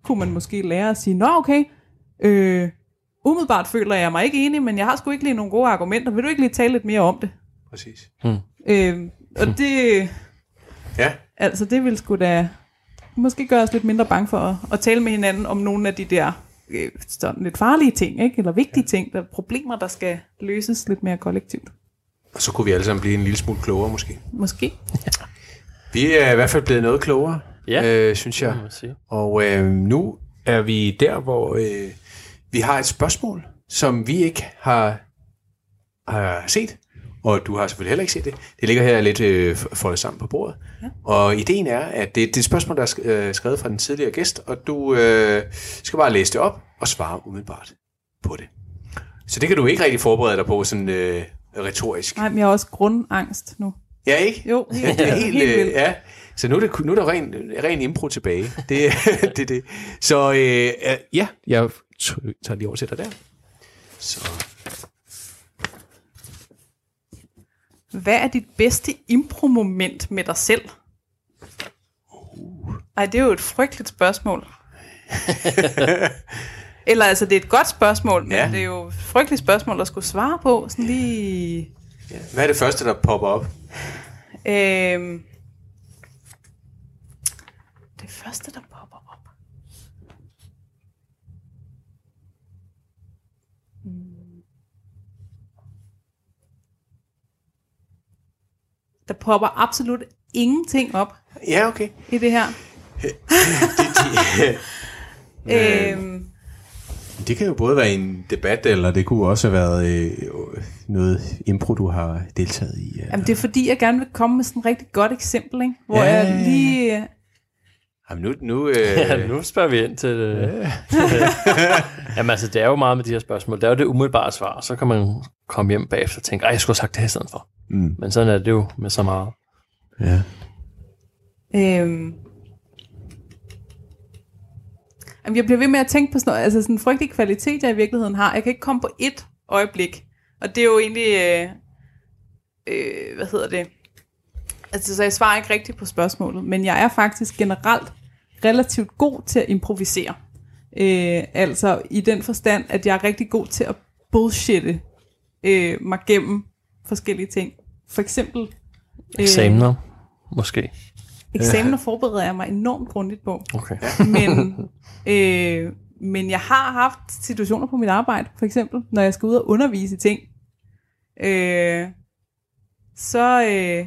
kunne man måske lære at sige, nå okay, øh, umiddelbart føler jeg mig ikke enig, men jeg har sgu ikke lige nogle gode argumenter. Vil du ikke lige tale lidt mere om det? Præcis. Hmm. Øh, og det, Ja. altså det vil sgu da måske gøre os lidt mindre bange for at, at tale med hinanden om nogle af de der øh, sådan lidt farlige ting, ikke? Eller vigtige ja. ting, der problemer, der skal løses lidt mere kollektivt. Og så kunne vi alle sammen blive en lille smule klogere, måske. Måske. Vi er i hvert fald blevet noget klogere, Ja, øh, synes jeg. det må man sige. Og øh, nu er vi der, hvor øh, vi har et spørgsmål, som vi ikke har, har set. Og du har selvfølgelig heller ikke set det. Det ligger her lidt øh, foldet sammen på bordet. Ja. Og ideen er, at det, det er et spørgsmål, der er sk- øh, skrevet fra den tidligere gæst, og du øh, skal bare læse det op og svare umiddelbart på det. Så det kan du ikke rigtig forberede dig på sådan øh, retorisk. Nej, men jeg har også grundangst nu. Ja, ikke? Jo, helt, det er helt, helt øh, vildt. ja. Så nu er, det, nu er der ren, ren impro tilbage. Det er det, det. Så øh, ja, jeg tager lige over til dig der. Så. Hvad er dit bedste impro-moment med dig selv? Ej, det er jo et frygteligt spørgsmål. Eller altså, det er et godt spørgsmål, men Ja. det er jo et frygteligt spørgsmål at skulle svare på. Sådan lige... Ja. Hvad er det første, der popper op? Øhm... Det første, der popper op. Hmm. Der popper absolut ingenting op Ja, okay. i det her. det, det, Øhm, det kan jo både være en debat, eller det kunne også have været øh, noget impro, du har deltaget i. Ja. Jamen, det er fordi, jeg gerne vil komme med sådan et rigtig godt eksempel, ikke? Hvor Ja. jeg lige... Jamen nu... nu øh, Ja, nu spørger vi ind til det. Jamen altså, det er jo meget med de her spørgsmål. Det er jo det umiddelbare svar. Så kan man komme hjem bagefter og tænke, ej, jeg skulle have sagt det her i stedet for. Mm. Men sådan er det jo med så meget. Ja. Øhm, jamen, jeg bliver ved med at tænke på sådan noget, altså sådan en frygtelig kvalitet, jeg i virkeligheden har. Jeg kan ikke komme på ét øjeblik. Og det er jo egentlig... Øh, øh, hvad hedder det? Altså, så jeg svarer ikke rigtigt på spørgsmålet. Men jeg er faktisk generelt relativt god til at improvisere. Øh, altså i den forstand, at jeg er rigtig god til at bullshitte øh, mig gennem forskellige ting. For eksempel... Øh, Eksamener, måske. Eksamener forbereder jeg mig enormt grundigt på. Okay. Men, øh, men jeg har haft situationer på mit arbejde, for eksempel, når jeg skal ud og undervise i ting. Øh, så, øh,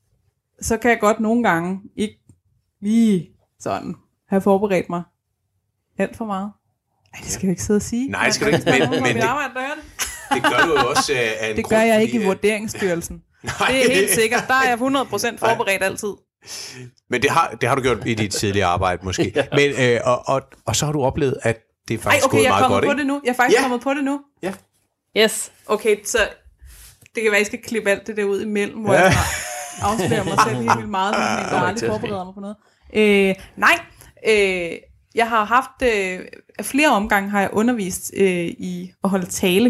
så kan jeg godt nogle gange ikke lige sådan have forberedt mig alt for meget. Ej, det skal jeg ikke sidde og sige. Nej, skal du ikke, men, men mit det, arbejde, der hører det. det gør du jo også uh, af en Det grund, gør jeg ikke fordi, i uh, Vurderingsstyrelsen. Nej. Det er helt sikkert. Der er jeg hundrede procent forberedt altid. Men det har, det har du gjort i dit tidligere arbejde, måske. Ja. Men, øh, og, og, og så har du oplevet, at det er Ej, faktisk okay, gået jeg er meget kommet godt, på ikke? det nu. Jeg er faktisk Ja. kommet på det nu. Ja. Yes. Okay, så det kan være, jeg skal klippe alt det der ud imellem, hvor ja. jeg afslører mig selv helt vildt meget, fordi jeg aldrig forbereder mig på noget. Øh, nej, øh, jeg har haft, øh, af flere omgange har jeg undervist øh, i at holde tale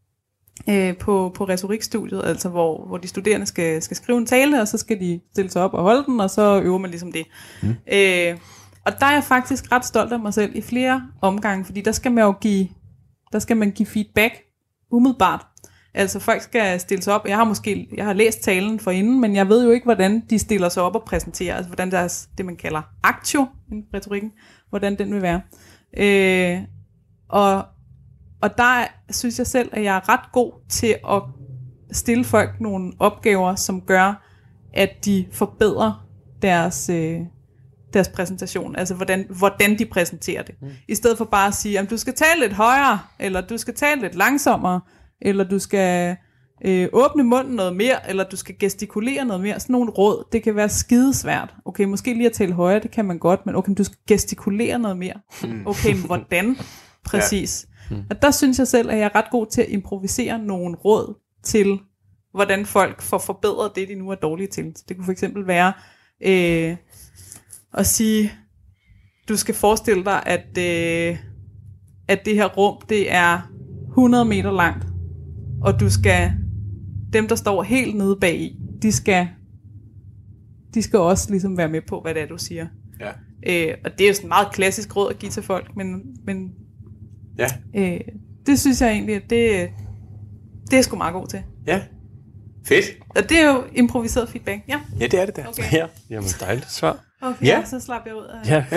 øh, på, på retorikstudiet, altså hvor, hvor de studerende skal, skal skrive en tale, og så skal de stille sig op og holde den, og så øver man ligesom det. Mm. Øh, og der er jeg faktisk ret stolt af mig selv i flere omgange, fordi der skal man jo give, der skal man give feedback umiddelbart. Altså folk skal stille sig op. Jeg har måske jeg har læst talen forinden, men jeg ved jo ikke, hvordan de stiller sig op og præsenterer. Altså hvordan deres, det, man kalder aktio i retorikken, hvordan den vil være. Øh, og, og der synes jeg selv, at jeg er ret god til at stille folk nogle opgaver, som gør, at de forbedrer deres, øh, deres præsentation. Altså hvordan, hvordan de præsenterer det. Mm. I stedet for bare at sige, at du skal tale lidt højere, eller du skal tale lidt langsommere, eller du skal øh, åbne munden noget mere, eller du skal gestikulere noget mere. Sådan nogle råd, det kan være skidesvært. Okay, måske lige at tale højere, det kan man godt, men okay, du skal gestikulere noget mere. Okay, men hvordan præcis? Ja. Og der synes jeg selv, at jeg er ret god til at improvisere nogle råd til, hvordan folk får forbedret det, de nu er dårlige til. Så det kunne for eksempel være øh, at sige, du skal forestille dig, at, øh, at det her rum, det er hundrede meter langt, og du skal, dem der står helt nede bagi, de skal, de skal også ligesom være med på, hvad det er, du siger. Øh, og det er jo sådan meget klassisk råd at give til folk, men, men Ja. øh, det synes jeg egentlig, at det, det er jeg sgu meget god til. Ja. Fedt. Og det er jo improviseret feedback, ja. Ja, det er det der. Okay, Ja, jamen dejligt svar. okay Ja. ja. Så slapper jeg ud af Ja.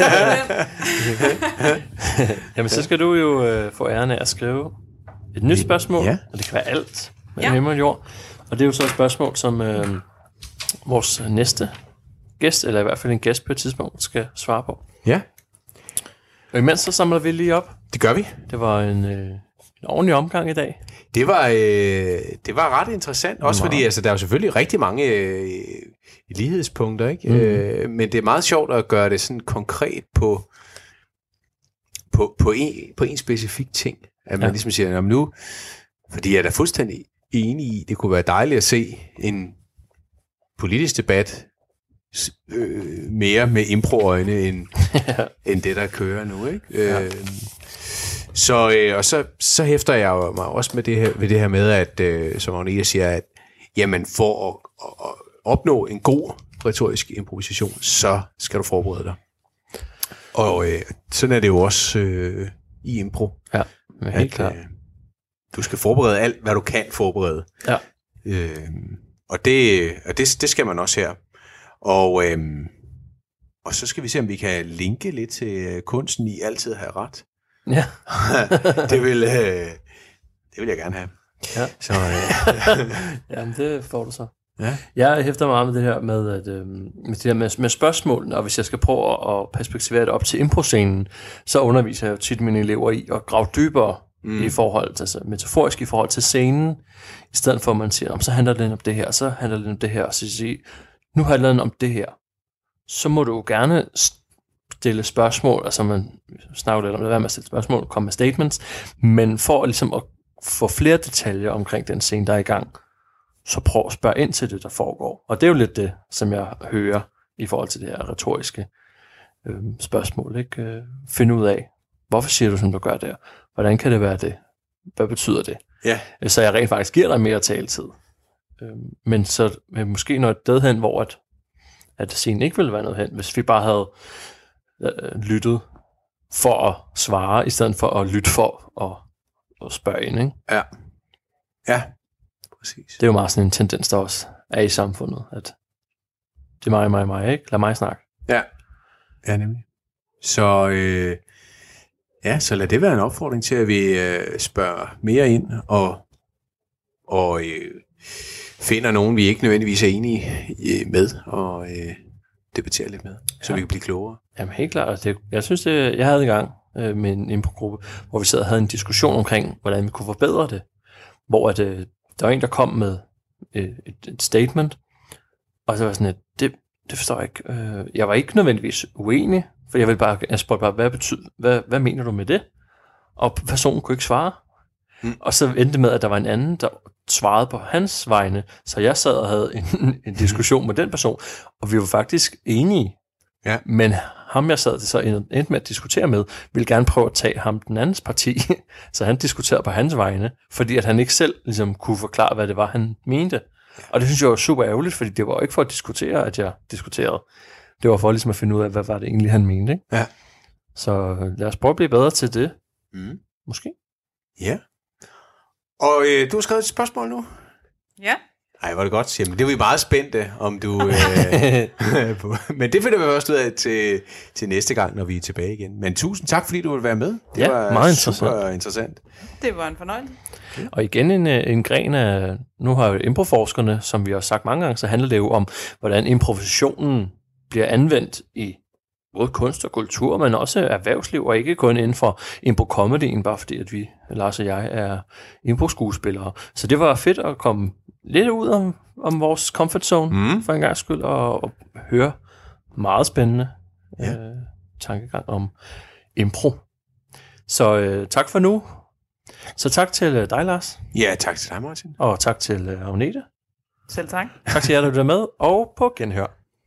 Jamen, så skal du jo øh, få æren af at skrive et nyt spørgsmål, Ja. og det kan være alt med Ja. himmel og jord. Og det er jo så et spørgsmål, som øh, vores næste gæst, eller i hvert fald en gæst på et tidspunkt, skal svare på. Ja, Og imens så samler vi lige op. det gør vi. Det var en, øh, en ordentlig omgang i dag. Det var, øh, det var ret interessant, også Meget. fordi altså, der er jo selvfølgelig rigtig mange øh, lighedspunkter, ikke? Mm. Øh, men det er meget sjovt at gøre det sådan konkret på, på, på, en, på en specifik ting. At man Ja. ligesom siger, jamen nu, fordi jeg er da fuldstændig enig i, det kunne være dejligt at se en politisk debat s- øh, mere med impro-øjne, end, end det, der kører nu, ikke? Ja. Øh, så, øh, og så, så hæfter jeg jo mig også med det her, ved det her med, at, øh, som Agnete siger, at jamen, for at, at, at opnå en god retorisk improvisation, så skal du forberede dig. Og øh, sådan er det jo også øh, i impro. Ja, men helt At, klart. øh, du skal forberede alt, hvad du kan forberede. Ja. Øh, og det, og det, det skal man også her. Og, øh, og så skal vi se, om vi kan linke lidt til kunsten i altid at have ret. Ja. det, vil, øh, det vil jeg gerne have. Ja. Så, øh, Jamen, det får du så. ja. Jeg hæfter meget med det her med, at, øh, med, det her med, med spørgsmålene, og hvis jeg skal prøve at, at perspektivere det op til improscenen, så underviser jeg jo tit mine elever i at grave dybere mm. i forhold til, altså metaforisk i forhold til scenen, i stedet for at man siger, så handler det om det her, så handler det om det her, og så siger nu handler det om det her. Så må du gerne stille spørgsmål, altså man snakker lidt om det, hvad med at stille spørgsmål, komme med statements, men for ligesom at få flere detaljer omkring den scene, der er i gang, så prøv at spørge ind til det, der foregår. Og det er jo lidt det, som jeg hører i forhold til det her retoriske øh, spørgsmål. Ikke? Øh, finde ud af, hvorfor siger du, som du gør der? Hvordan kan det være det? Hvad betyder det? Ja. Så jeg rent faktisk giver dig mere taletid. Øh, men så øh, måske noget sted hen, hvor at, at scenen ikke ville være noget hen, hvis vi bare havde øh, lyttet for at svare, i stedet for at lytte for at, at spørge ind. Ikke? Ja. Ja, præcis. Det er jo meget sådan en tendens, der også er i samfundet, at det er mig, mig, mig, ikke? Lad mig snakke. Ja, ja nemlig. Så, øh, ja, så lad det være en opfordring til, at vi øh, spørger mere ind, og, og øh, finder nogen, vi ikke nødvendigvis er enige øh, med, og øh, debatterer lidt med, så Ja. vi kan blive klogere. Jamen helt klart. Det, jeg synes, det, jeg havde i gang øh, med en impro-gruppe, hvor vi sad og havde en diskussion omkring, hvordan vi kunne forbedre det. Hvor at, øh, der var en, der kom med øh, et, et statement, og så var sådan, at det, det forstår jeg ikke. Øh, jeg var ikke nødvendigvis uenig, for jeg ville bare, jeg spurgte bare, hvad betyder, hvad, hvad mener du med det? Og personen kunne ikke svare. Mm. Og så endte det med, at der var en anden, der svarede på hans vegne, så jeg sad og havde en, en diskussion med den person, og vi var faktisk enige. Ja. Men ham, jeg sad så endte med at diskutere med, ville gerne prøve at tage ham den andens parti, så han diskuterede på hans vegne, fordi at han ikke selv ligesom kunne forklare, hvad det var, han mente. Og det synes jeg var super ærgerligt, fordi det var jo ikke for at diskutere, at jeg diskuterede. Det var for ligesom at finde ud af, hvad var det egentlig, han mente. Ikke? Ja. Så lad os prøve at blive bedre til det. Mm. Måske. Ja. Og øh, du har skrevet et spørgsmål nu? Ja. Ej, var det godt. Jamen, det er vi meget spændte, om du... Øh, på. Men det finder vi også ud af til, til næste gang, når vi er tilbage igen. Men tusind tak, fordi du ville være med. Det Ja, var meget super interessant. interessant. Det var en fornøjelse. Og igen en, en gren af, nu har jo improforskerne, som vi har sagt mange gange, så handler det jo om, hvordan improvisationen bliver anvendt i både kunst og kultur, men også erhvervsliv, og ikke kun inden for impro-comedyen, bare fordi at vi, Lars og jeg, er impro-skuespillere. Så det var fedt at komme lidt ud om, om vores comfort zone, Mm. for en gang skyld, og, og høre meget spændende Ja. øh, tankegang om impro. Så øh, tak for nu. Så tak til øh, dig, Lars, Ja, tak til dig, Martin. og tak til øh, Agnete. Selv tak. Tak til jer, der lytter med, og på genhør.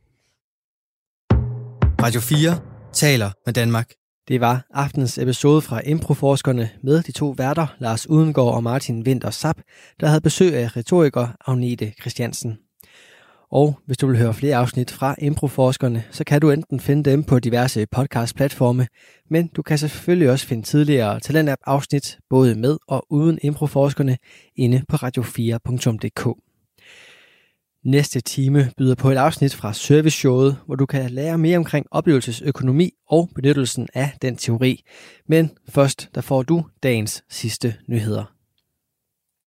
Radio fire taler med Danmark. Det var aftens episode fra Improforskerne med de to værter, Lars Udengård og Martin Winther Sapp, der havde besøg af retoriker Agnete Christiansen. Og hvis du vil høre flere afsnit fra Improforskerne, så kan du enten finde dem på diverse podcast-platforme, men du kan selvfølgelig også finde tidligere Talentlab-afsnit, både med og uden Improforskerne, inde på radio fire punktum d k. Næste time byder på et afsnit fra serviceshowet, hvor du kan lære mere omkring oplevelsesøkonomi og benyttelsen af den teori. Men først, der får du dagens sidste nyheder.